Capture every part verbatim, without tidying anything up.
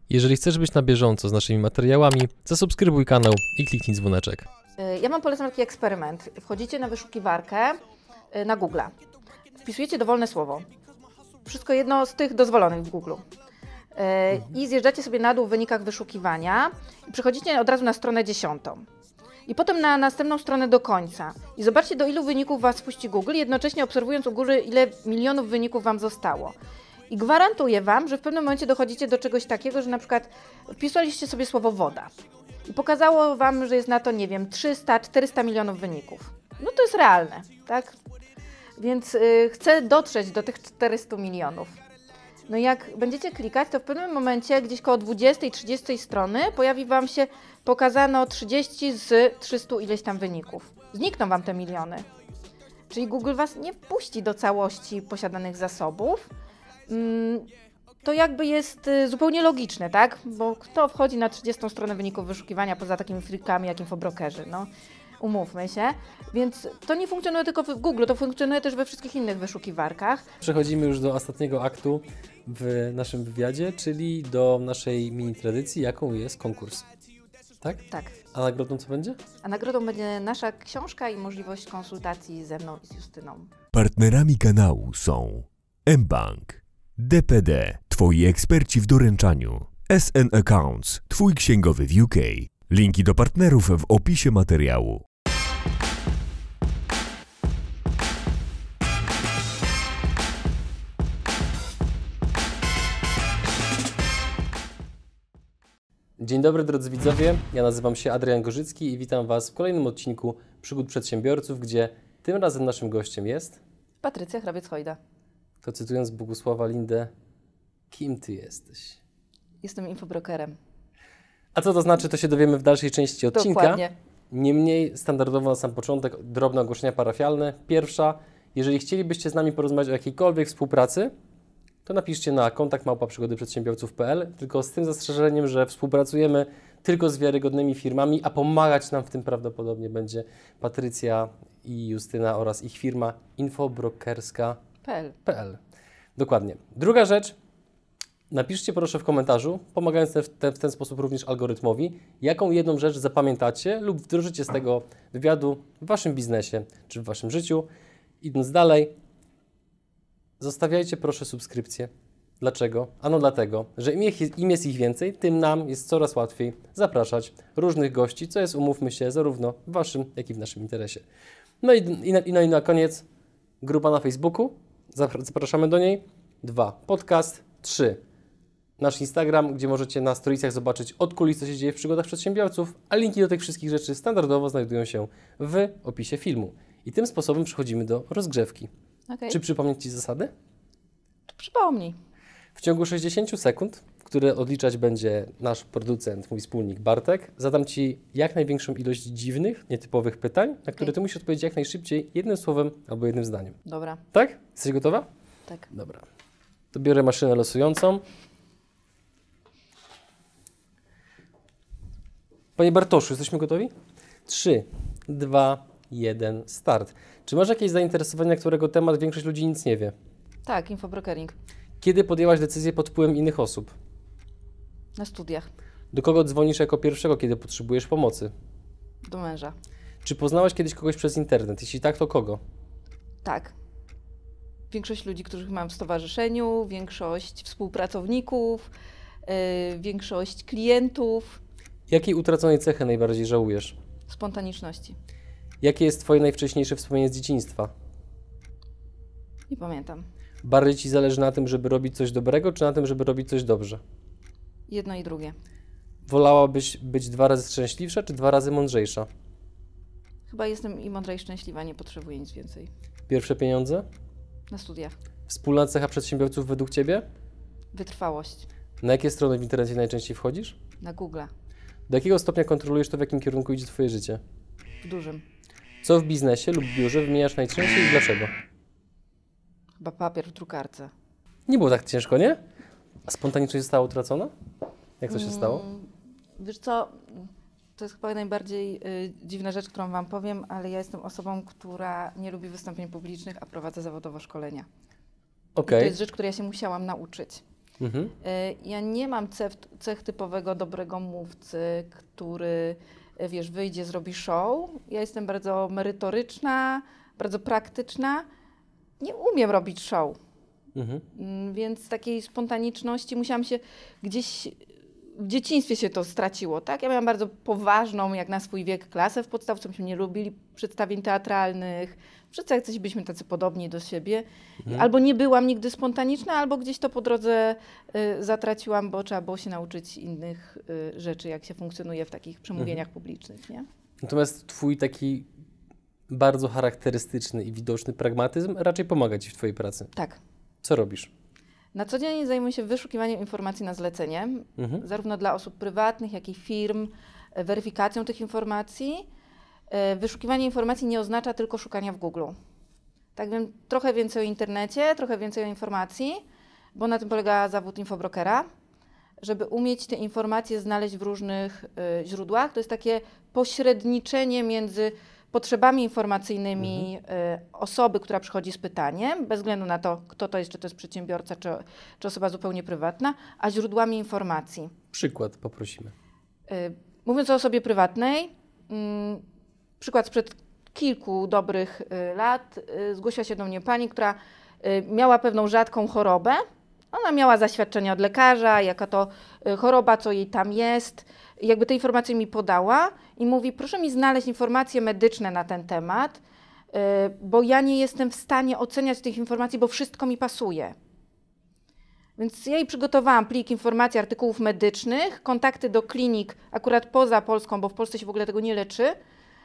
Jeżeli chcesz być na bieżąco z naszymi materiałami, zasubskrybuj kanał i kliknij dzwoneczek. Ja wam polecam taki eksperyment. Wchodzicie na wyszukiwarkę na Google'a. Wpisujecie dowolne słowo. Wszystko jedno z tych dozwolonych w Google'u. I zjeżdżacie sobie na dół w wynikach wyszukiwania i przechodzicie od razu na stronę dziesiątą. I potem na następną stronę do końca. I zobaczcie, do ilu wyników was puści Google, jednocześnie obserwując u góry, ile milionów wyników wam zostało. I gwarantuję wam, że w pewnym momencie dochodzicie do czegoś takiego, że na przykład wpisaliście sobie słowo woda. I pokazało wam, że jest na to, nie wiem, trzysta czterysta milionów wyników. No to jest realne, tak? Więc yy, chcę dotrzeć do tych czterystu milionów. No i jak będziecie klikać, to w pewnym momencie gdzieś koło dwudziestej trzydziestej strony pojawi wam się, pokazano trzydzieści z trzystu ileś tam wyników. Znikną wam te miliony. Czyli Google was nie wpuści do całości posiadanych zasobów. Mm, to jakby jest zupełnie logiczne, tak? Bo kto wchodzi na trzydziestą stronę wyników wyszukiwania poza takimi frikami jak infobrokerzy, no? Umówmy się. Więc to nie funkcjonuje tylko w Google, to funkcjonuje też we wszystkich innych wyszukiwarkach. Przechodzimy już do ostatniego aktu w naszym wywiadzie, czyli do naszej mini tradycji, jaką jest konkurs. Tak? Tak. A nagrodą co będzie? A nagrodą będzie nasza książka i możliwość konsultacji ze mną i z Justyną. Partnerami kanału są mBank, D P D, Twoi eksperci w doręczaniu, S N Accounts, Twój księgowy w U K. Linki do partnerów w opisie materiału. Dzień dobry drodzy widzowie, ja nazywam się Adrian Gorzycki i witam Was w kolejnym odcinku Przygód Przedsiębiorców, gdzie tym razem naszym gościem jest... Patrycja Hrabiec-Hojda. To cytując Bogusława Lindę, kim Ty jesteś? Jestem infobrokerem. A co to znaczy, to się dowiemy w dalszej części odcinka. Dokładnie. Niemniej standardowo na sam początek drobne ogłoszenia parafialne. Pierwsza, jeżeli chcielibyście z nami porozmawiać o jakiejkolwiek współpracy, to napiszcie na kontakt małpa przygody przedsiębiorców kropka p l, tylko z tym zastrzeżeniem, że współpracujemy tylko z wiarygodnymi firmami, a pomagać nam w tym prawdopodobnie będzie Patrycja i Justyna oraz ich firma infobrokerska kropka p l. Dokładnie. Druga rzecz, napiszcie proszę w komentarzu, pomagając w ten, w ten sposób również algorytmowi, jaką jedną rzecz zapamiętacie lub wdrożycie z tego wywiadu w Waszym biznesie czy w Waszym życiu. Idąc dalej, zostawiajcie proszę subskrypcję. Dlaczego? Ano dlatego, że im, ich, im jest ich więcej, tym nam jest coraz łatwiej zapraszać różnych gości, co jest, umówmy się, zarówno w Waszym, jak i w naszym interesie. No i, i, na, i, no i na koniec grupa na Facebooku, zapraszamy do niej. Dwa, podcast. Trzy, nasz Instagram, gdzie możecie na storycach zobaczyć od kulis, co się dzieje w przygodach przedsiębiorców, a linki do tych wszystkich rzeczy standardowo znajdują się w opisie filmu. I tym sposobem przechodzimy do rozgrzewki. Okay. Czy przypomnieć Ci zasady? Przypomnij. W ciągu sześćdziesięciu sekund, które odliczać będzie nasz producent, mój wspólnik Bartek, zadam Ci jak największą ilość dziwnych, nietypowych pytań, na które Ty musisz odpowiedzieć jak najszybciej, jednym słowem albo jednym zdaniem. Dobra. Tak? Jesteś gotowa? Tak. Dobra. To biorę maszynę losującą. Panie Bartoszu, jesteśmy gotowi? Trzy, dwa, jeden, start. Czy masz jakieś zainteresowanie, na którego temat większość ludzi nic nie wie? Tak, infobrokering. Kiedy podjęłaś decyzję pod wpływem innych osób? Na studiach. Do kogo dzwonisz jako pierwszego, kiedy potrzebujesz pomocy? Do męża. Czy poznałaś kiedyś kogoś przez internet? Jeśli tak, to kogo? Tak. Większość ludzi, których mam w stowarzyszeniu, większość współpracowników, yy, większość klientów. Jakiej utraconej cechy najbardziej żałujesz? Spontaniczności. Jakie jest Twoje najwcześniejsze wspomnienie z dzieciństwa? Nie pamiętam. Bardziej Ci zależy na tym, żeby robić coś dobrego, czy na tym, żeby robić coś dobrze? Jedno i drugie. Wolałabyś być dwa razy szczęśliwsza, czy dwa razy mądrzejsza? Chyba jestem i mądra i szczęśliwa, nie potrzebuję nic więcej. Pierwsze pieniądze? Na studiach. Wspólna cecha przedsiębiorców według Ciebie? Wytrwałość. Na jakie strony w internecie najczęściej wchodzisz? Na Google. Do jakiego stopnia kontrolujesz to, w jakim kierunku idzie Twoje życie? W dużym. Co w biznesie lub biurze wymieniasz najczęściej i dlaczego? Chyba papier w drukarce. Nie było tak ciężko, nie? A spontaniczność została utracona? Jak to się stało? Mm, wiesz co, to jest chyba najbardziej y, dziwna rzecz, którą Wam powiem, ale ja jestem osobą, która nie lubi wystąpień publicznych, a prowadzę zawodowo szkolenia. Okej. I to jest rzecz, której ja się musiałam nauczyć. Mhm. Y, Ja nie mam cech, cech typowego dobrego mówcy, który, y, wiesz, wyjdzie, zrobi show. Ja jestem bardzo merytoryczna, bardzo praktyczna. Nie umiem robić show. Mhm. Mm, Więc takiej spontaniczności musiałam się gdzieś, w dzieciństwie się to straciło, tak? Ja miałam bardzo poważną, jak na swój wiek, klasę w podstawce, myśmy nie lubili przedstawień teatralnych, wszyscy jacyś byliśmy tacy podobni do siebie. Mhm. Albo nie byłam nigdy spontaniczna, albo gdzieś to po drodze y, zatraciłam, bo trzeba było się nauczyć innych y, rzeczy, jak się funkcjonuje w takich przemówieniach publicznych, nie? Natomiast twój taki bardzo charakterystyczny i widoczny pragmatyzm raczej pomaga ci w twojej pracy. Tak. Co robisz? Na co dzień zajmuję się wyszukiwaniem informacji na zlecenie, Mhm. zarówno dla osób prywatnych, jak i firm, e, weryfikacją tych informacji. E, Wyszukiwanie informacji nie oznacza tylko szukania w Google. Tak wiem trochę więcej o internecie, trochę więcej o informacji, bo na tym polega zawód infobrokera, żeby umieć te informacje znaleźć w różnych e, źródłach. To jest takie pośredniczenie między potrzebami informacyjnymi y, osoby, która przychodzi z pytaniem, bez względu na to, kto to jest, czy to jest przedsiębiorca, czy, czy osoba zupełnie prywatna, a źródłami informacji. Przykład poprosimy. Y, Mówiąc o osobie prywatnej, mm, przykład sprzed kilku dobrych y, lat, y, zgłosiła się do mnie pani, która y, miała pewną rzadką chorobę. Ona miała zaświadczenie od lekarza, jaka to y, choroba, co jej tam jest. Jakby te informacje mi podała i mówi, proszę mi znaleźć informacje medyczne na ten temat, y, bo ja nie jestem w stanie oceniać tych informacji, bo wszystko mi pasuje. Więc ja jej przygotowałam plik informacji, artykułów medycznych, kontakty do klinik akurat poza Polską, bo w Polsce się w ogóle tego nie leczy. Y,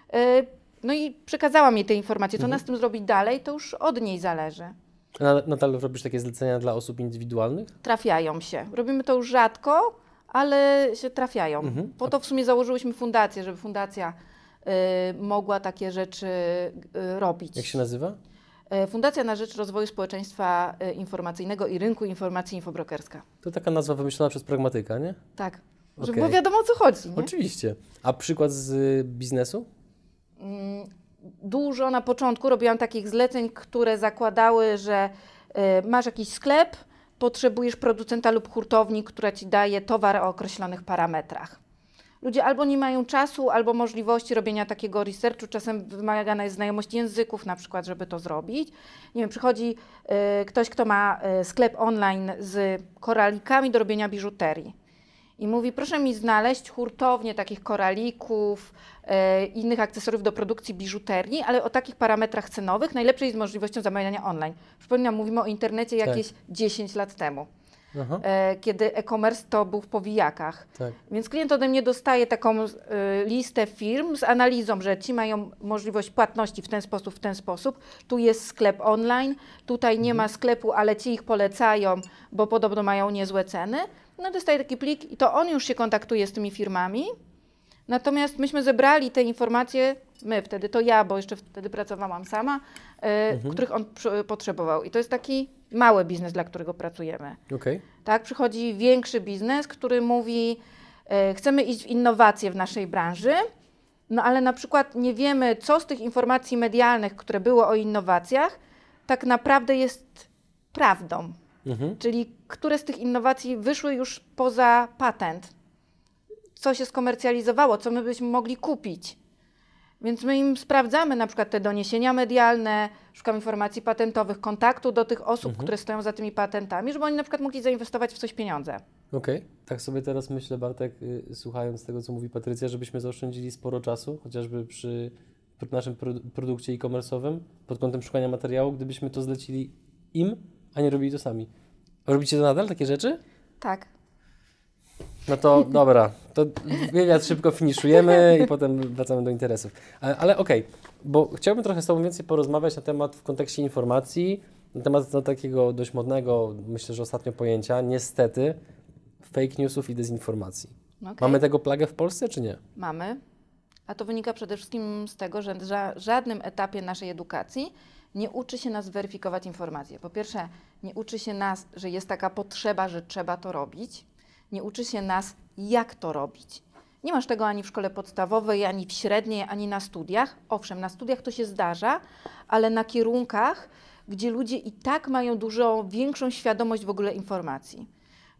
no i przekazałam jej te informacje. Co ona z tym zrobić dalej, to już od niej zależy. A nadal robisz takie zlecenia dla osób indywidualnych? Trafiają się. Robimy to już rzadko, ale się trafiają. Mhm. Po to w sumie założyłyśmy fundację, żeby fundacja y, mogła takie rzeczy y, robić. Jak się nazywa? Y, Fundacja na rzecz rozwoju społeczeństwa y, informacyjnego i rynku informacji infobrokerska. To taka nazwa wymyślona przez pragmatyka, nie? Tak, żeby Okej. było wiadomo, o co chodzi. Nie? Oczywiście. A przykład z y, biznesu? Mm, Dużo na początku robiłam takich zleceń, które zakładały, że y, masz jakiś sklep, potrzebujesz producenta lub hurtowni, która ci daje towar o określonych parametrach. Ludzie albo nie mają czasu, albo możliwości robienia takiego researchu. Czasem wymagana jest znajomość języków, na przykład, żeby to zrobić. Nie wiem, przychodzi y, ktoś, kto ma y, sklep online z koralikami do robienia biżuterii. I mówi, proszę mi znaleźć hurtownię takich koralików, e, innych akcesoriów do produkcji biżuterii, ale o takich parametrach cenowych, najlepszej z możliwością zamawiania online. Przypominam, mówimy o internecie jakieś Tak. dziesięć lat temu, Aha, e, kiedy e-commerce to był w powijakach. tak. Więc klient ode mnie dostaje taką e, listę firm z analizą, że ci mają możliwość płatności w ten sposób, w ten sposób. Tu jest sklep online, tutaj nie ma sklepu, ale ci ich polecają, bo podobno mają niezłe ceny. No dostaje taki plik i to on już się kontaktuje z tymi firmami. Natomiast myśmy zebrali te informacje, my wtedy, to ja, bo jeszcze wtedy pracowałam sama, e, których on przy, potrzebował. I to jest taki mały biznes, dla którego pracujemy. Okej. Tak, przychodzi większy biznes, który mówi, e, chcemy iść w innowacje w naszej branży, no ale na przykład nie wiemy, co z tych informacji medialnych, które były o innowacjach, tak naprawdę jest prawdą. Mhm. Czyli które z tych innowacji wyszły już poza patent, co się skomercjalizowało, co my byśmy mogli kupić. Więc my im sprawdzamy na przykład te doniesienia medialne, szukamy informacji patentowych, kontaktu do tych osób, Mhm. które stoją za tymi patentami, żeby oni na przykład mogli zainwestować w coś pieniądze. Okej. Tak sobie teraz myślę, Bartek, y, słuchając tego, co mówi Patrycja, żebyśmy zaoszczędzili sporo czasu, chociażby przy pr- naszym pro- produkcie e-commerce'owym, pod kątem szukania materiału, gdybyśmy to zlecili im, a nie robili to sami. Robicie to nadal, takie rzeczy? Tak. No to dobra, to wywiad szybko finiszujemy i potem wracamy do interesów. Ale, ale okej, bo chciałbym trochę z Tobą więcej porozmawiać na temat w kontekście informacji, na temat no, takiego dość modnego, myślę, że ostatnio pojęcia, niestety, fake newsów i dezinformacji. Okay. Mamy tego plagę w Polsce, czy nie? Mamy, a to wynika przede wszystkim z tego, że na żadnym etapie naszej edukacji nie uczy się nas weryfikować informacje. Po pierwsze, nie uczy się nas, że jest taka potrzeba, że trzeba to robić. Nie uczy się nas, jak to robić. Nie masz tego ani w szkole podstawowej, ani w średniej, ani na studiach. Owszem, na studiach to się zdarza, ale na kierunkach, gdzie ludzie i tak mają dużo większą świadomość w ogóle informacji.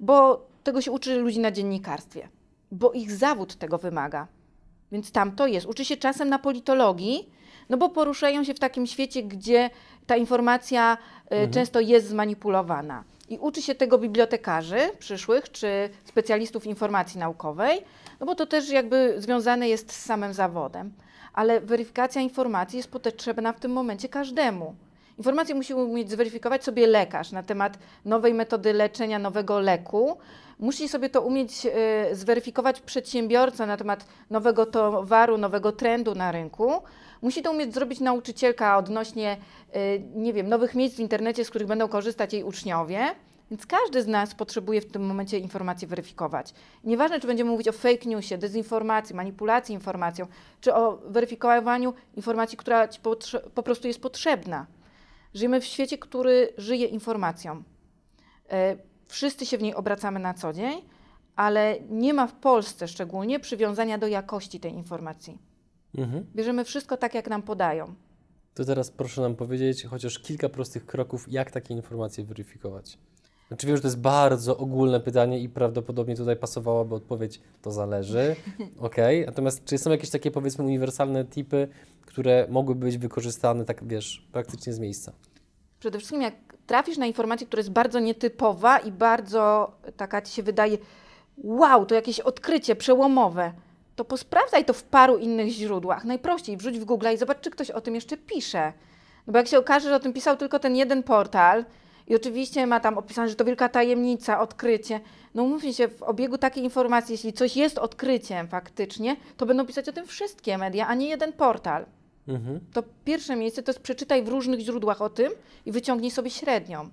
bo tego się uczy ludzi na dziennikarstwie, bo ich zawód tego wymaga. Więc tam to jest. Uczy się czasem na politologii, no bo poruszają się w takim świecie, gdzie ta informacja y, Mhm. często jest zmanipulowana. I uczy się tego bibliotekarzy przyszłych, czy specjalistów informacji naukowej, no bo to też jakby związane jest z samym zawodem. Ale weryfikacja informacji jest potrzebna w tym momencie każdemu. Informacje musi umieć zweryfikować sobie lekarz na temat nowej metody leczenia, nowego leku. Musi sobie to umieć y, zweryfikować przedsiębiorca na temat nowego towaru, nowego trendu na rynku. Musi to umieć zrobić nauczycielka odnośnie, y, nie wiem, nowych miejsc w internecie, z których będą korzystać jej uczniowie. Więc każdy z nas potrzebuje w tym momencie informacji weryfikować. Nieważne, czy będziemy mówić o fake newsie, dezinformacji, manipulacji informacją, czy o weryfikowaniu informacji, która ci po prostu jest potrzebna. Żyjemy w świecie, który żyje informacją. E, wszyscy się w niej obracamy na co dzień, ale nie ma w Polsce szczególnie przywiązania do jakości tej informacji. Mhm. Bierzemy wszystko tak, jak nam podają. To teraz proszę nam powiedzieć chociaż kilka prostych kroków, jak takie informacje weryfikować. Znaczy wiem, że to jest bardzo ogólne pytanie i prawdopodobnie tutaj pasowałaby odpowiedź, to zależy, okej. Okay. Natomiast czy są jakieś takie, powiedzmy, uniwersalne tipy, które mogłyby być wykorzystane, tak wiesz, praktycznie z miejsca? Przede wszystkim jak trafisz na informację, która jest bardzo nietypowa i bardzo taka ci się wydaje, wow, to jakieś odkrycie przełomowe, to posprawdzaj to w paru innych źródłach. Najprościej wrzuć w Google i zobacz, czy ktoś o tym jeszcze pisze. No bo jak się okaże, że o tym pisał tylko ten jeden portal i oczywiście ma tam opisane, że to wielka tajemnica, odkrycie, no umówmy się, w obiegu takiej informacji, jeśli coś jest odkryciem faktycznie, to będą pisać o tym wszystkie media, a nie jeden portal. Mhm. To pierwsze miejsce to jest przeczytaj w różnych źródłach o tym i wyciągnij sobie średnią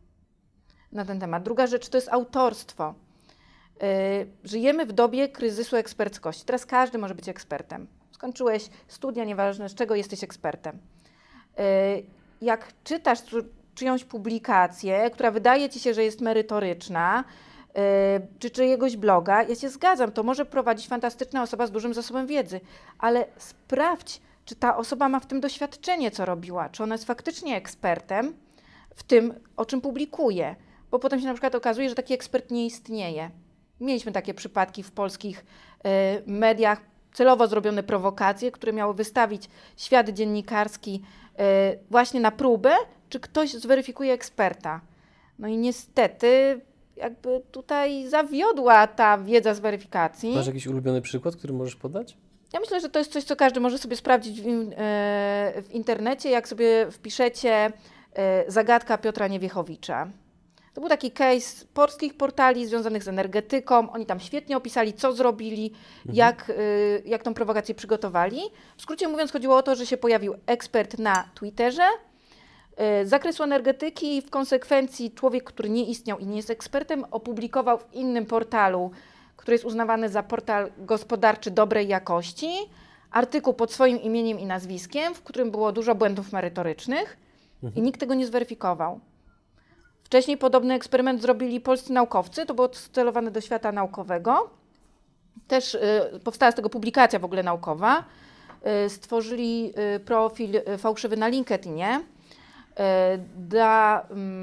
na ten temat. Druga rzecz to jest autorstwo. Yy, żyjemy w dobie kryzysu eksperckości. Teraz każdy może być ekspertem. Skończyłeś studia, nieważne z czego jesteś ekspertem. Yy, jak czytasz czyjąś publikację, która wydaje ci się, że jest merytoryczna, yy, czy czyjegoś bloga, ja się zgadzam, to może prowadzić fantastyczna osoba z dużym zasobem wiedzy, ale sprawdź, czy ta osoba ma w tym doświadczenie, co robiła, czy ona jest faktycznie ekspertem w tym, o czym publikuje, bo potem się na przykład okazuje, że taki ekspert nie istnieje. Mieliśmy takie przypadki w polskich y, mediach, celowo zrobione prowokacje, które miały wystawić świat dziennikarski y, właśnie na próbę, czy ktoś zweryfikuje eksperta. No i niestety jakby tutaj zawiodła ta wiedza z weryfikacji. Masz jakiś ulubiony przykład, który możesz podać? Ja myślę, że to jest coś, co każdy może sobie sprawdzić w, in, e, w internecie, jak sobie wpiszecie e, zagadka Piotra Niewiechowicza. To był taki case polskich portali związanych z energetyką. Oni tam świetnie opisali, co zrobili, mhm. jak, y, jak tą prowokację przygotowali. W skrócie mówiąc, chodziło o to, że się pojawił ekspert na Twitterze y, z zakresu energetyki i w konsekwencji człowiek, który nie istniał i nie jest ekspertem, opublikował w innym portalu, który jest uznawany za portal gospodarczy dobrej jakości, artykuł pod swoim imieniem i nazwiskiem, w którym było dużo błędów merytorycznych mhm. i nikt tego nie zweryfikował. Wcześniej podobny eksperyment zrobili polscy naukowcy, to było celowane do świata naukowego. Też y, powstała z tego publikacja w ogóle naukowa. Y, stworzyli y, profil y, fałszywy na LinkedInie y, dla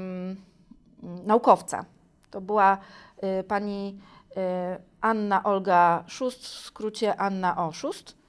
y, naukowca. To była y, pani y, Anna Olga Szust, w skrócie Anna Oszust. Y,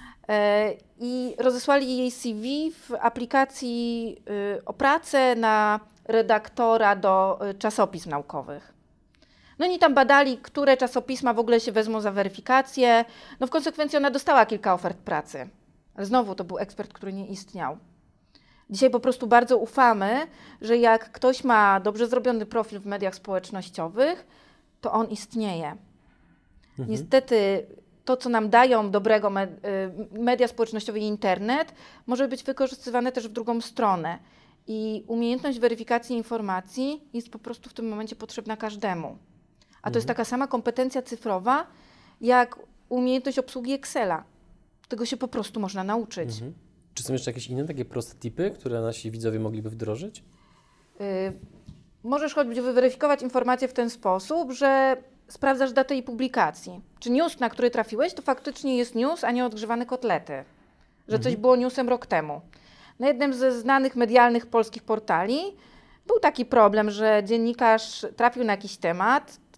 I rozesłali jej C V w aplikacji y, o pracę na redaktora do y, czasopism naukowych. No i tam badali, które czasopisma w ogóle się wezmą za weryfikację. No w konsekwencji ona dostała kilka ofert pracy. Ale znowu to był ekspert, który nie istniał. Dzisiaj po prostu bardzo ufamy, że jak ktoś ma dobrze zrobiony profil w mediach społecznościowych, to on istnieje. Mhm. Niestety to, co nam dają dobrego me- media społecznościowe i internet, może być wykorzystywane też w drugą stronę. I umiejętność weryfikacji informacji jest po prostu w tym momencie potrzebna każdemu. A to mhm. jest taka sama kompetencja cyfrowa, jak umiejętność obsługi Excela. Tego się po prostu można nauczyć. Mhm. Czy są jeszcze jakieś inne takie proste tipy, które nasi widzowie mogliby wdrożyć? Yy, możesz choćby weryfikować informacje w ten sposób, że sprawdzasz datę jej publikacji. Czy news, na który trafiłeś, to faktycznie jest news, a nie odgrzewane kotlety. Że mhm. coś było newsem rok temu. Na jednym ze znanych medialnych polskich portali był taki problem, że dziennikarz trafił na jakiś temat,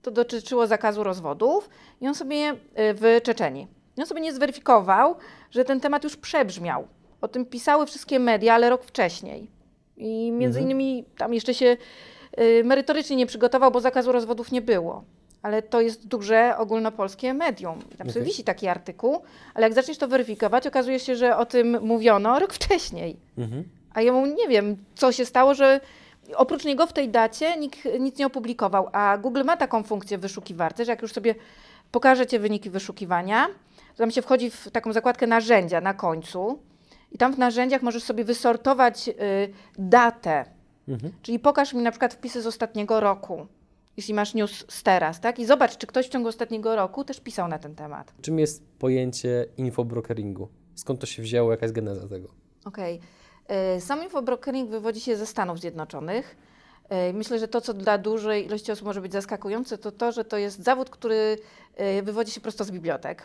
to dotyczyło zakazu rozwodów i on sobie w Czeczenii. I on sobie nie zweryfikował, że ten temat już przebrzmiał. O tym pisały wszystkie media, ale rok wcześniej. I między Mhm. innymi tam jeszcze się y, merytorycznie nie przygotował, bo zakazu rozwodów nie było. Ale to jest duże ogólnopolskie medium. Tam sobie Okej. wisi taki artykuł, ale jak zaczniesz to weryfikować, okazuje się, że o tym mówiono rok wcześniej. Mhm. A ja mu nie wiem, co się stało, że oprócz niego w tej dacie nikt nic nie opublikował. A Google ma taką funkcję w wyszukiwarce, że jak już sobie pokaże Ci wyniki wyszukiwania, to tam się wchodzi w taką zakładkę narzędzia na końcu i tam w narzędziach możesz sobie wysortować y, datę. Mhm. Czyli pokaż mi na przykład wpisy z ostatniego roku, jeśli masz news z teraz, tak? I zobacz, czy ktoś w ciągu ostatniego roku też pisał na ten temat. Czym jest pojęcie infobrokeringu? Skąd to się wzięło? Jaka jest geneza tego? Okej. Okay. Sam infobrokering wywodzi się ze Stanów Zjednoczonych. Y, Myślę, że to, co dla dużej ilości osób może być zaskakujące, to to, że to jest zawód, który y, wywodzi się prosto z bibliotek.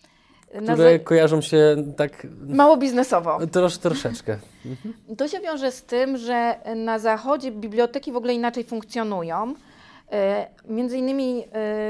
Które kojarzą się tak Mało biznesowo. trosz, troszeczkę. Mhm. To się wiąże z tym, że na Zachodzie biblioteki w ogóle inaczej funkcjonują. E, między innymi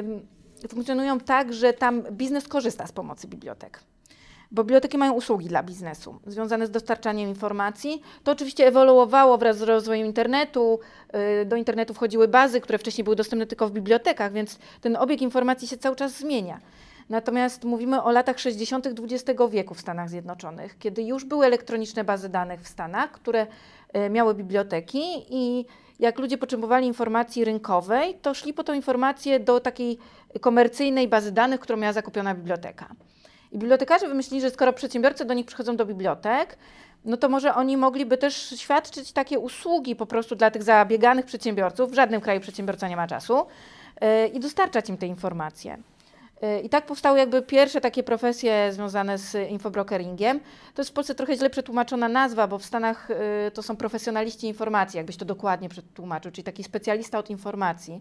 e, funkcjonują tak, że tam biznes korzysta z pomocy bibliotek. Bo biblioteki mają usługi dla biznesu związane z dostarczaniem informacji. To oczywiście ewoluowało wraz z rozwojem internetu. E, do internetu wchodziły bazy, które wcześniej były dostępne tylko w bibliotekach, więc ten obieg informacji się cały czas zmienia. Natomiast mówimy o latach sześćdziesiątych dwudziestego wieku w Stanach Zjednoczonych, kiedy już były elektroniczne bazy danych w Stanach, które e, miały biblioteki i jak ludzie potrzebowali informacji rynkowej, to szli po tą informację do takiej komercyjnej bazy danych, którą miała zakupiona biblioteka. I bibliotekarze wymyślili, że skoro przedsiębiorcy do nich przychodzą do bibliotek, no to może oni mogliby też świadczyć takie usługi po prostu dla tych zabieganych przedsiębiorców, w żadnym kraju przedsiębiorca nie ma czasu, e, i dostarczać im te informacje. I tak powstały jakby pierwsze takie profesje związane z infobrokeringiem. To jest w Polsce trochę źle przetłumaczona nazwa, bo w Stanach y, to są profesjonaliści informacji, jakbyś to dokładnie przetłumaczył, czyli taki specjalista od informacji.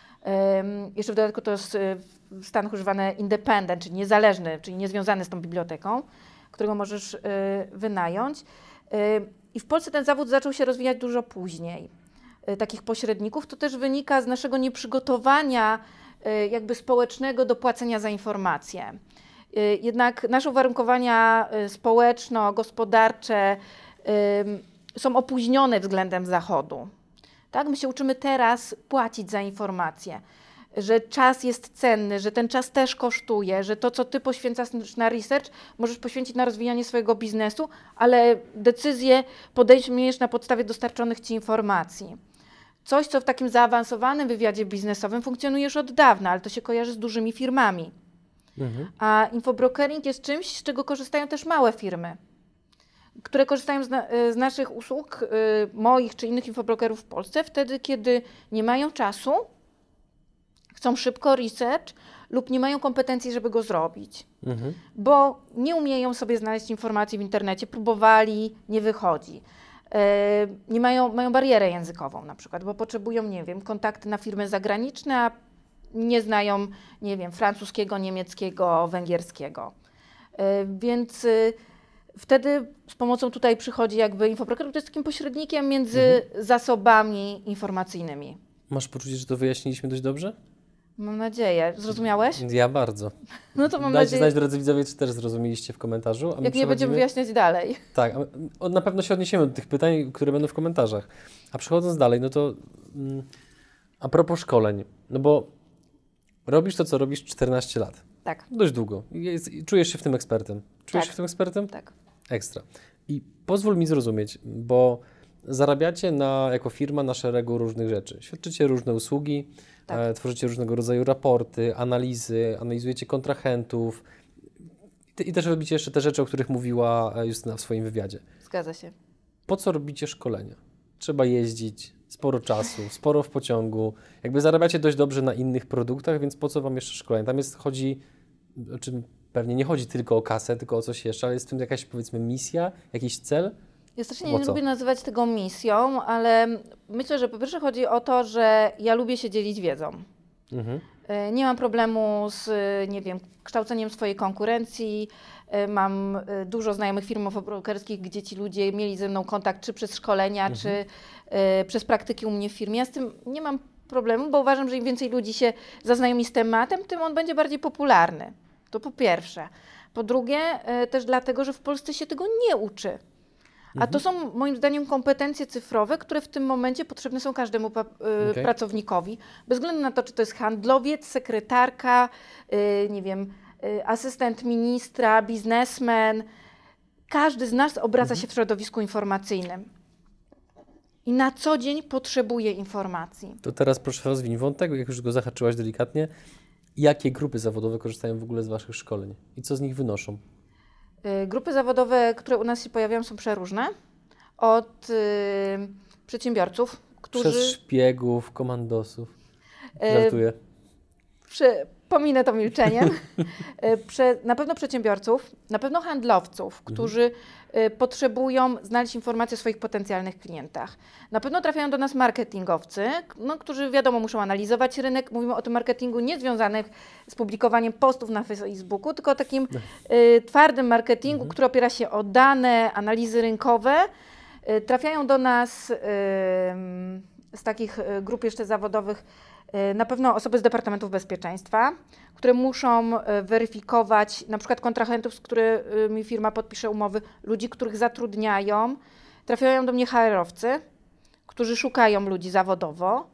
Ym, jeszcze w dodatku to jest y, w Stanach używane independent, czyli niezależny, czyli niezwiązany z tą biblioteką, którego możesz y, wynająć. Y, I w Polsce ten zawód zaczął się rozwijać dużo później. Y, takich pośredników to też wynika z naszego nieprzygotowania jakby społecznego do płacenia za informacje. Jednak nasze uwarunkowania społeczno-gospodarcze są opóźnione względem Zachodu. Tak? My się uczymy teraz płacić za informacje, że czas jest cenny, że ten czas też kosztuje, że to, co ty poświęcasz na research, możesz poświęcić na rozwijanie swojego biznesu, ale decyzję podejmiesz na podstawie dostarczonych ci informacji. Coś, co w takim zaawansowanym wywiadzie biznesowym funkcjonuje już od dawna, ale to się kojarzy z dużymi firmami. Mhm. A infobrokering jest czymś, z czego korzystają też małe firmy, które korzystają z, na, z naszych usług, y, moich czy innych infobrokerów w Polsce, wtedy, kiedy nie mają czasu, chcą szybko research lub nie mają kompetencji, żeby go zrobić. Mhm. Bo nie umieją sobie znaleźć informacji w internecie, próbowali, nie wychodzi. Nie mają, mają barierę językową na przykład, bo potrzebują, nie wiem, kontakty na firmy zagraniczne, a nie znają, nie wiem, francuskiego, niemieckiego, węgierskiego. Więc wtedy z pomocą tutaj przychodzi jakby infobroker, który jest takim pośrednikiem między mhm. zasobami informacyjnymi. Masz poczucie, że to wyjaśniliśmy dość dobrze? Mam nadzieję. Zrozumiałeś? Ja bardzo. No to mam Dajcie nadzieję... znać, drodzy widzowie, czy też zrozumieliście w komentarzu. A my Jak nie będziemy wyjaśniać dalej. Tak, a na pewno się odniesiemy do tych pytań, które będą w komentarzach. A przechodząc dalej, no to mm, a propos szkoleń, no bo robisz to, co robisz czternaście lat. Tak. Dość długo. Jest, czujesz się w tym ekspertem. Czujesz tak. się w tym ekspertem? Tak. Ekstra. I pozwól mi zrozumieć, bo zarabiacie na, jako firma na szeregu różnych rzeczy. Świadczycie różne usługi, tak. e, tworzycie różnego rodzaju raporty, analizy, analizujecie kontrahentów i, i też robicie jeszcze te rzeczy, o których mówiła Justyna w swoim wywiadzie. Zgadza się. Po co robicie szkolenia? Trzeba jeździć, sporo czasu, sporo w pociągu. Jakby zarabiacie dość dobrze na innych produktach, więc po co wam jeszcze szkolenia? Tam jest, chodzi, o czym pewnie nie chodzi tylko o kasę, tylko o coś jeszcze, ale jest w tym jakaś, powiedzmy, misja, jakiś cel? Ja strasznie nie lubię nazywać tego misją, ale myślę, że po pierwsze chodzi o to, że ja lubię się dzielić wiedzą. Mhm. Nie mam problemu z, nie wiem, kształceniem swojej konkurencji. Mam dużo znajomych firm brokerskich, gdzie ci ludzie mieli ze mną kontakt czy przez szkolenia, mhm. czy y, przez praktyki u mnie w firmie. Ja z tym nie mam problemu, bo uważam, że im więcej ludzi się zaznajomi z tematem, tym on będzie bardziej popularny. To po pierwsze. Po drugie, y, też dlatego, że w Polsce się tego nie uczy. A to są moim zdaniem kompetencje cyfrowe, które w tym momencie potrzebne są każdemu pa- y, Okay. pracownikowi. Bez względu na to, czy to jest handlowiec, sekretarka, y, nie wiem, y, asystent ministra, biznesmen. Każdy z nas obraca Mhm. się w środowisku informacyjnym. I na co dzień potrzebuje informacji. To teraz proszę rozwiń wątek, jak już go zahaczyłaś delikatnie. Jakie grupy zawodowe korzystają w ogóle z Waszych szkoleń i co z nich wynoszą? Y, Grupy zawodowe, które u nas się pojawiają, są przeróżne. Od y, przedsiębiorców, którzy... Przez szpiegów, komandosów. y, Żartuję. Przy, pominę to milczeniem. Y, Prze, na pewno przedsiębiorców, na pewno handlowców, którzy y, potrzebują znaleźć informacje o swoich potencjalnych klientach. Na pewno trafiają do nas marketingowcy, no, którzy wiadomo muszą analizować rynek. Mówimy o tym marketingu nie związanym z publikowaniem postów na Facebooku, tylko o takim y, twardym marketingu, Mhm. który opiera się o dane, analizy rynkowe. Y, trafiają do nas y, z takich y, grup jeszcze zawodowych na pewno osoby z Departamentów Bezpieczeństwa, które muszą weryfikować na przykład kontrahentów, z którymi firma podpisze umowy, ludzi, których zatrudniają. Trafiają do mnie H R-owcy, którzy szukają ludzi zawodowo.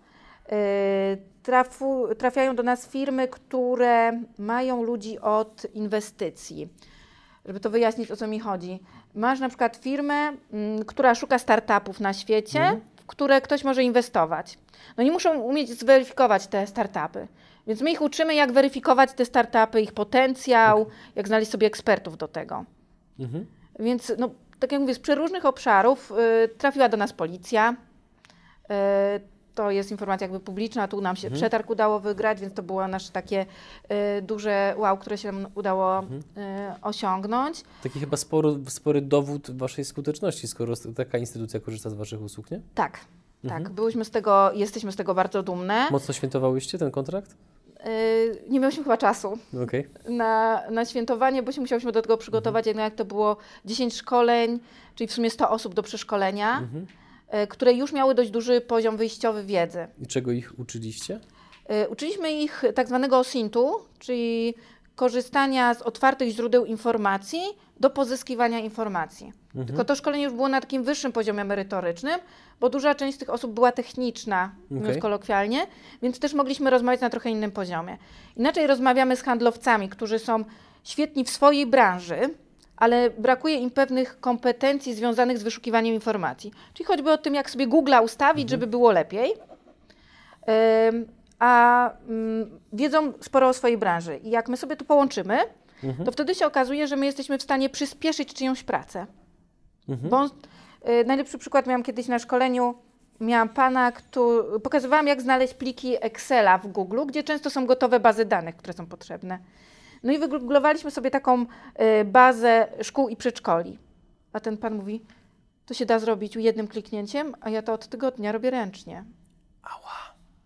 Trafu, trafiają do nas firmy, które mają ludzi od inwestycji. Żeby to wyjaśnić, o co mi chodzi. Masz na przykład firmę, m, która szuka startupów na świecie, mm. w które ktoś może inwestować. No nie muszą umieć zweryfikować te startupy. Więc my ich uczymy, jak weryfikować te startupy, ich potencjał, okay. jak znaleźć sobie ekspertów do tego. Mhm. Więc no, tak jak mówię, z przeróżnych obszarów y, trafiła do nas policja. Y, to jest informacja jakby publiczna, tu nam się mhm. przetarg udało wygrać, więc to było nasze takie y, duże wow, które się nam udało mhm. y, osiągnąć. Taki chyba spory, spory dowód waszej skuteczności, skoro taka instytucja korzysta z waszych usług, nie? Tak, mhm. tak. Byłyśmy z tego, jesteśmy z tego bardzo dumne. Mocno świętowałyście ten kontrakt? Yy, nie miałyśmy chyba czasu okay. na, na świętowanie, bo się musiałyśmy do tego przygotować, mhm. jednak to było dziesięć szkoleń, czyli w sumie sto osób do przeszkolenia, mhm. yy, które już miały dość duży poziom wyjściowy wiedzy. I czego ich uczyliście? Yy, uczyliśmy ich tak zwanego osintu, czyli korzystania z otwartych źródeł informacji do pozyskiwania informacji. Mhm. Tylko to szkolenie już było na takim wyższym poziomie merytorycznym, bo duża część z tych osób była techniczna, mówiąc okay. kolokwialnie, więc też mogliśmy rozmawiać na trochę innym poziomie. Inaczej rozmawiamy z handlowcami, którzy są świetni w swojej branży, ale brakuje im pewnych kompetencji związanych z wyszukiwaniem informacji. Czyli choćby o tym, jak sobie Google'a ustawić, mhm. żeby było lepiej. Ym, a ym, wiedzą sporo o swojej branży. I jak my sobie to połączymy, mhm. to wtedy się okazuje, że my jesteśmy w stanie przyspieszyć czyjąś pracę. Mhm. Bo y, najlepszy przykład miałam kiedyś na szkoleniu, miałam pana, który, pokazywałam, jak znaleźć pliki Excela w Google, gdzie często są gotowe bazy danych, które są potrzebne. No i wygooglowaliśmy sobie taką y, bazę szkół i przedszkoli. A ten pan mówi, to się da zrobić jednym kliknięciem, a ja to od tygodnia robię ręcznie. Ała.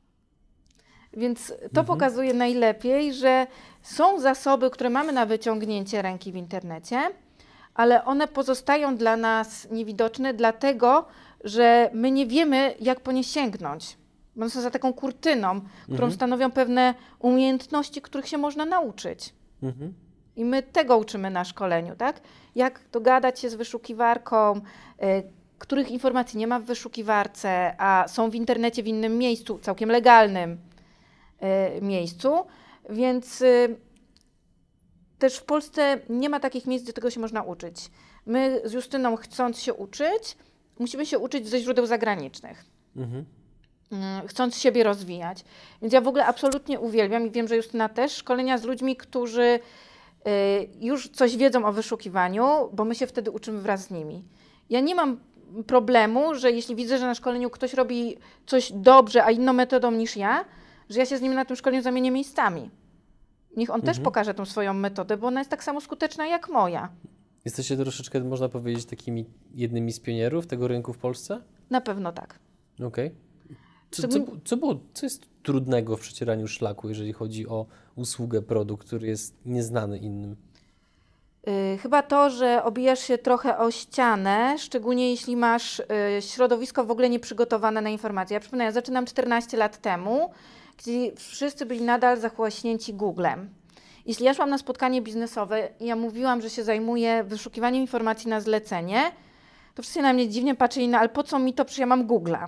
Więc to mhm. pokazuje najlepiej, że są zasoby, które mamy na wyciągnięcie ręki w internecie, ale one pozostają dla nas niewidoczne, dlatego że my nie wiemy, jak po nie sięgnąć. One są za taką kurtyną, którą mhm. stanowią pewne umiejętności, których się można nauczyć. Mhm. I my tego uczymy na szkoleniu, tak? Jak dogadać się z wyszukiwarką, y, których informacji nie ma w wyszukiwarce, a są w internecie w innym miejscu, całkiem legalnym y, miejscu. Więc y, też w Polsce nie ma takich miejsc, gdzie tego się można uczyć. My z Justyną, chcąc się uczyć, musimy się uczyć ze źródeł zagranicznych. Mhm. Chcąc siebie rozwijać. Więc ja w ogóle absolutnie uwielbiam i wiem, że Justyna też, szkolenia z ludźmi, którzy y, już coś wiedzą o wyszukiwaniu, bo my się wtedy uczymy wraz z nimi. Ja nie mam problemu, że jeśli widzę, że na szkoleniu ktoś robi coś dobrze, a inną metodą niż ja, że ja się z nim na tym szkoleniu zamienię miejscami. Niech on mhm. też pokaże tą swoją metodę, bo ona jest tak samo skuteczna jak moja. Jesteście troszeczkę, można powiedzieć, takimi jednymi z pionierów tego rynku w Polsce? Na pewno tak. Okej. Okay. Co, co, co, było, co jest trudnego w przecieraniu szlaku, jeżeli chodzi o usługę, produkt, który jest nieznany innym? Yy, chyba to, że obijasz się trochę o ścianę, szczególnie jeśli masz yy, środowisko w ogóle nieprzygotowane na informacje. Ja przypomnę, ja zaczynam czternaście lat temu, gdzie wszyscy byli nadal zachłaśnięci Googlem. Jeśli ja szłam na spotkanie biznesowe i ja mówiłam, że się zajmuję wyszukiwaniem informacji na zlecenie, to wszyscy na mnie dziwnie patrzyli, no ale po co mi to, przecież ja mam Google'a.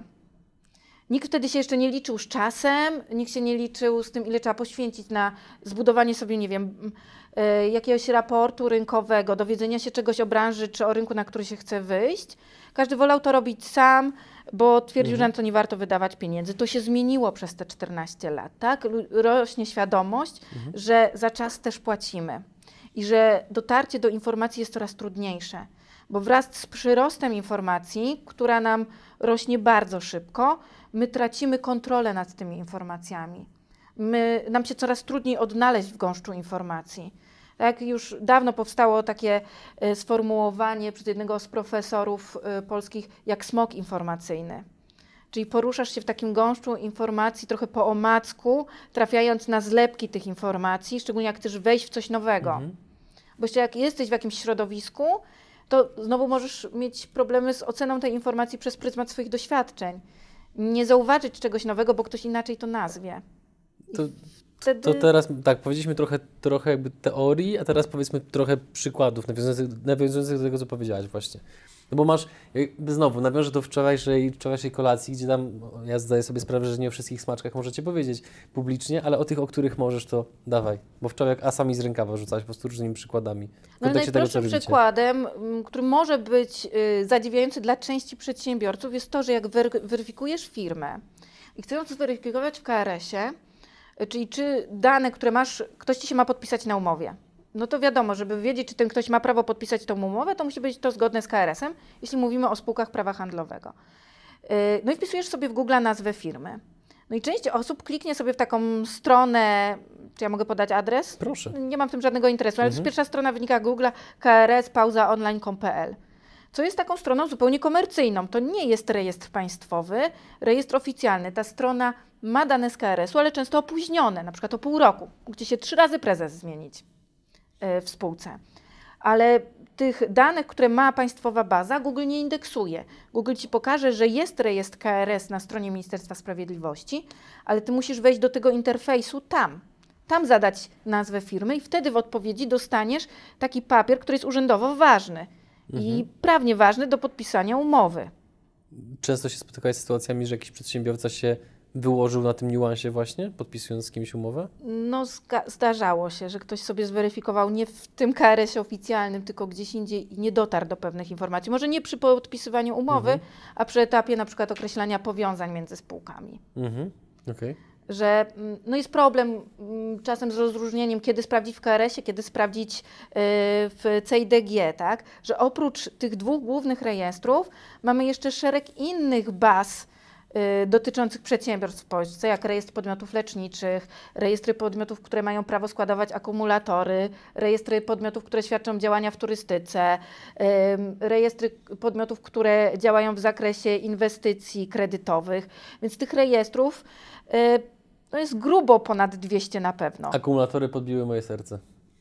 Nikt wtedy się jeszcze nie liczył z czasem, nikt się nie liczył z tym, ile trzeba poświęcić na zbudowanie sobie, nie wiem, y, jakiegoś raportu rynkowego, dowiedzenia się czegoś o branży czy o rynku, na który się chce wyjść. Każdy wolał to robić sam, bo twierdził, mhm. że na to nie warto wydawać pieniędzy. To się zmieniło przez te czternaście lat, tak? Rośnie świadomość, mhm. że za czas też płacimy i że dotarcie do informacji jest coraz trudniejsze, bo wraz z przyrostem informacji, która nam rośnie bardzo szybko, my tracimy kontrolę nad tymi informacjami. My, nam się coraz trudniej odnaleźć w gąszczu informacji. Tak, już dawno powstało takie y, sformułowanie przez jednego z profesorów y, polskich jak smog informacyjny. Czyli poruszasz się w takim gąszczu informacji trochę po omacku, trafiając na zlepki tych informacji, szczególnie jak chcesz wejść w coś nowego. Mhm. Bo jeszcze jak jesteś w jakimś środowisku, to znowu możesz mieć problemy z oceną tej informacji przez pryzmat swoich doświadczeń. Nie zauważyć czegoś nowego, bo ktoś inaczej to nazwie. To, wtedy... to teraz, tak, powiedzieliśmy trochę, trochę jakby teorii, a teraz powiedzmy trochę przykładów nawiązujących, nawiązujących do tego, co powiedziałaś właśnie. No bo masz, jakby znowu, nawiążę do wczorajszej, wczorajszej kolacji, gdzie tam, ja zdaję sobie sprawę, że nie o wszystkich smaczkach możecie powiedzieć publicznie, ale o tych, o których możesz, to dawaj. Bo wczoraj jak asami z rękawa rzucałeś po prostu różnymi przykładami. W no kontekście tego, co najprostszym przykładem, który może być y, zadziwiający dla części przedsiębiorców, jest to, że jak wery- weryfikujesz firmę i chcesz zweryfikować w K R S-ie, y, czyli czy dane, które masz, ktoś ci się ma podpisać na umowie. No to wiadomo, żeby wiedzieć, czy ten ktoś ma prawo podpisać tą umowę, to musi być to zgodne z K R S-em, jeśli mówimy o spółkach prawa handlowego. No i wpisujesz sobie w Google nazwę firmy. No i część osób kliknie sobie w taką stronę, czy ja mogę podać adres? Proszę. Nie mam w tym żadnego interesu, ale mhm. pierwsza strona wynika Google K R S pauza online kropka p l. Co jest taką stroną zupełnie komercyjną. To nie jest rejestr państwowy, rejestr oficjalny. Ta strona ma dane z K R S-u, ale często opóźnione, na przykład o pół roku. Gdzie się trzy razy prezes zmienić w spółce. Ale tych danych, które ma państwowa baza, Google nie indeksuje. Google ci pokaże, że jest rejestr K R S na stronie Ministerstwa Sprawiedliwości, ale ty musisz wejść do tego interfejsu tam. Tam zadać nazwę firmy i wtedy w odpowiedzi dostaniesz taki papier, który jest urzędowo ważny mhm. i prawnie ważny do podpisania umowy. Często się spotykałeś z sytuacjami, że jakiś przedsiębiorca się wyłożył na tym niuansie właśnie, podpisując z kimś umowę? No zdarzało się, że ktoś sobie zweryfikował nie w tym K R S-ie oficjalnym, tylko gdzieś indziej i nie dotarł do pewnych informacji. Może nie przy podpisywaniu umowy, mhm. a przy etapie na przykład określania powiązań między spółkami. Mhm. Okay. Że no jest problem czasem z rozróżnieniem, kiedy sprawdzić w K R S-ie, kiedy sprawdzić w C I D G, tak? Że oprócz tych dwóch głównych rejestrów mamy jeszcze szereg innych baz dotyczących przedsiębiorstw w Polsce, jak rejestr podmiotów leczniczych, rejestry podmiotów, które mają prawo składować akumulatory, rejestry podmiotów, które świadczą działania w turystyce, rejestry podmiotów, które działają w zakresie inwestycji kredytowych. Więc tych rejestrów no jest grubo ponad dwieście na pewno. Akumulatory podbiły moje serce.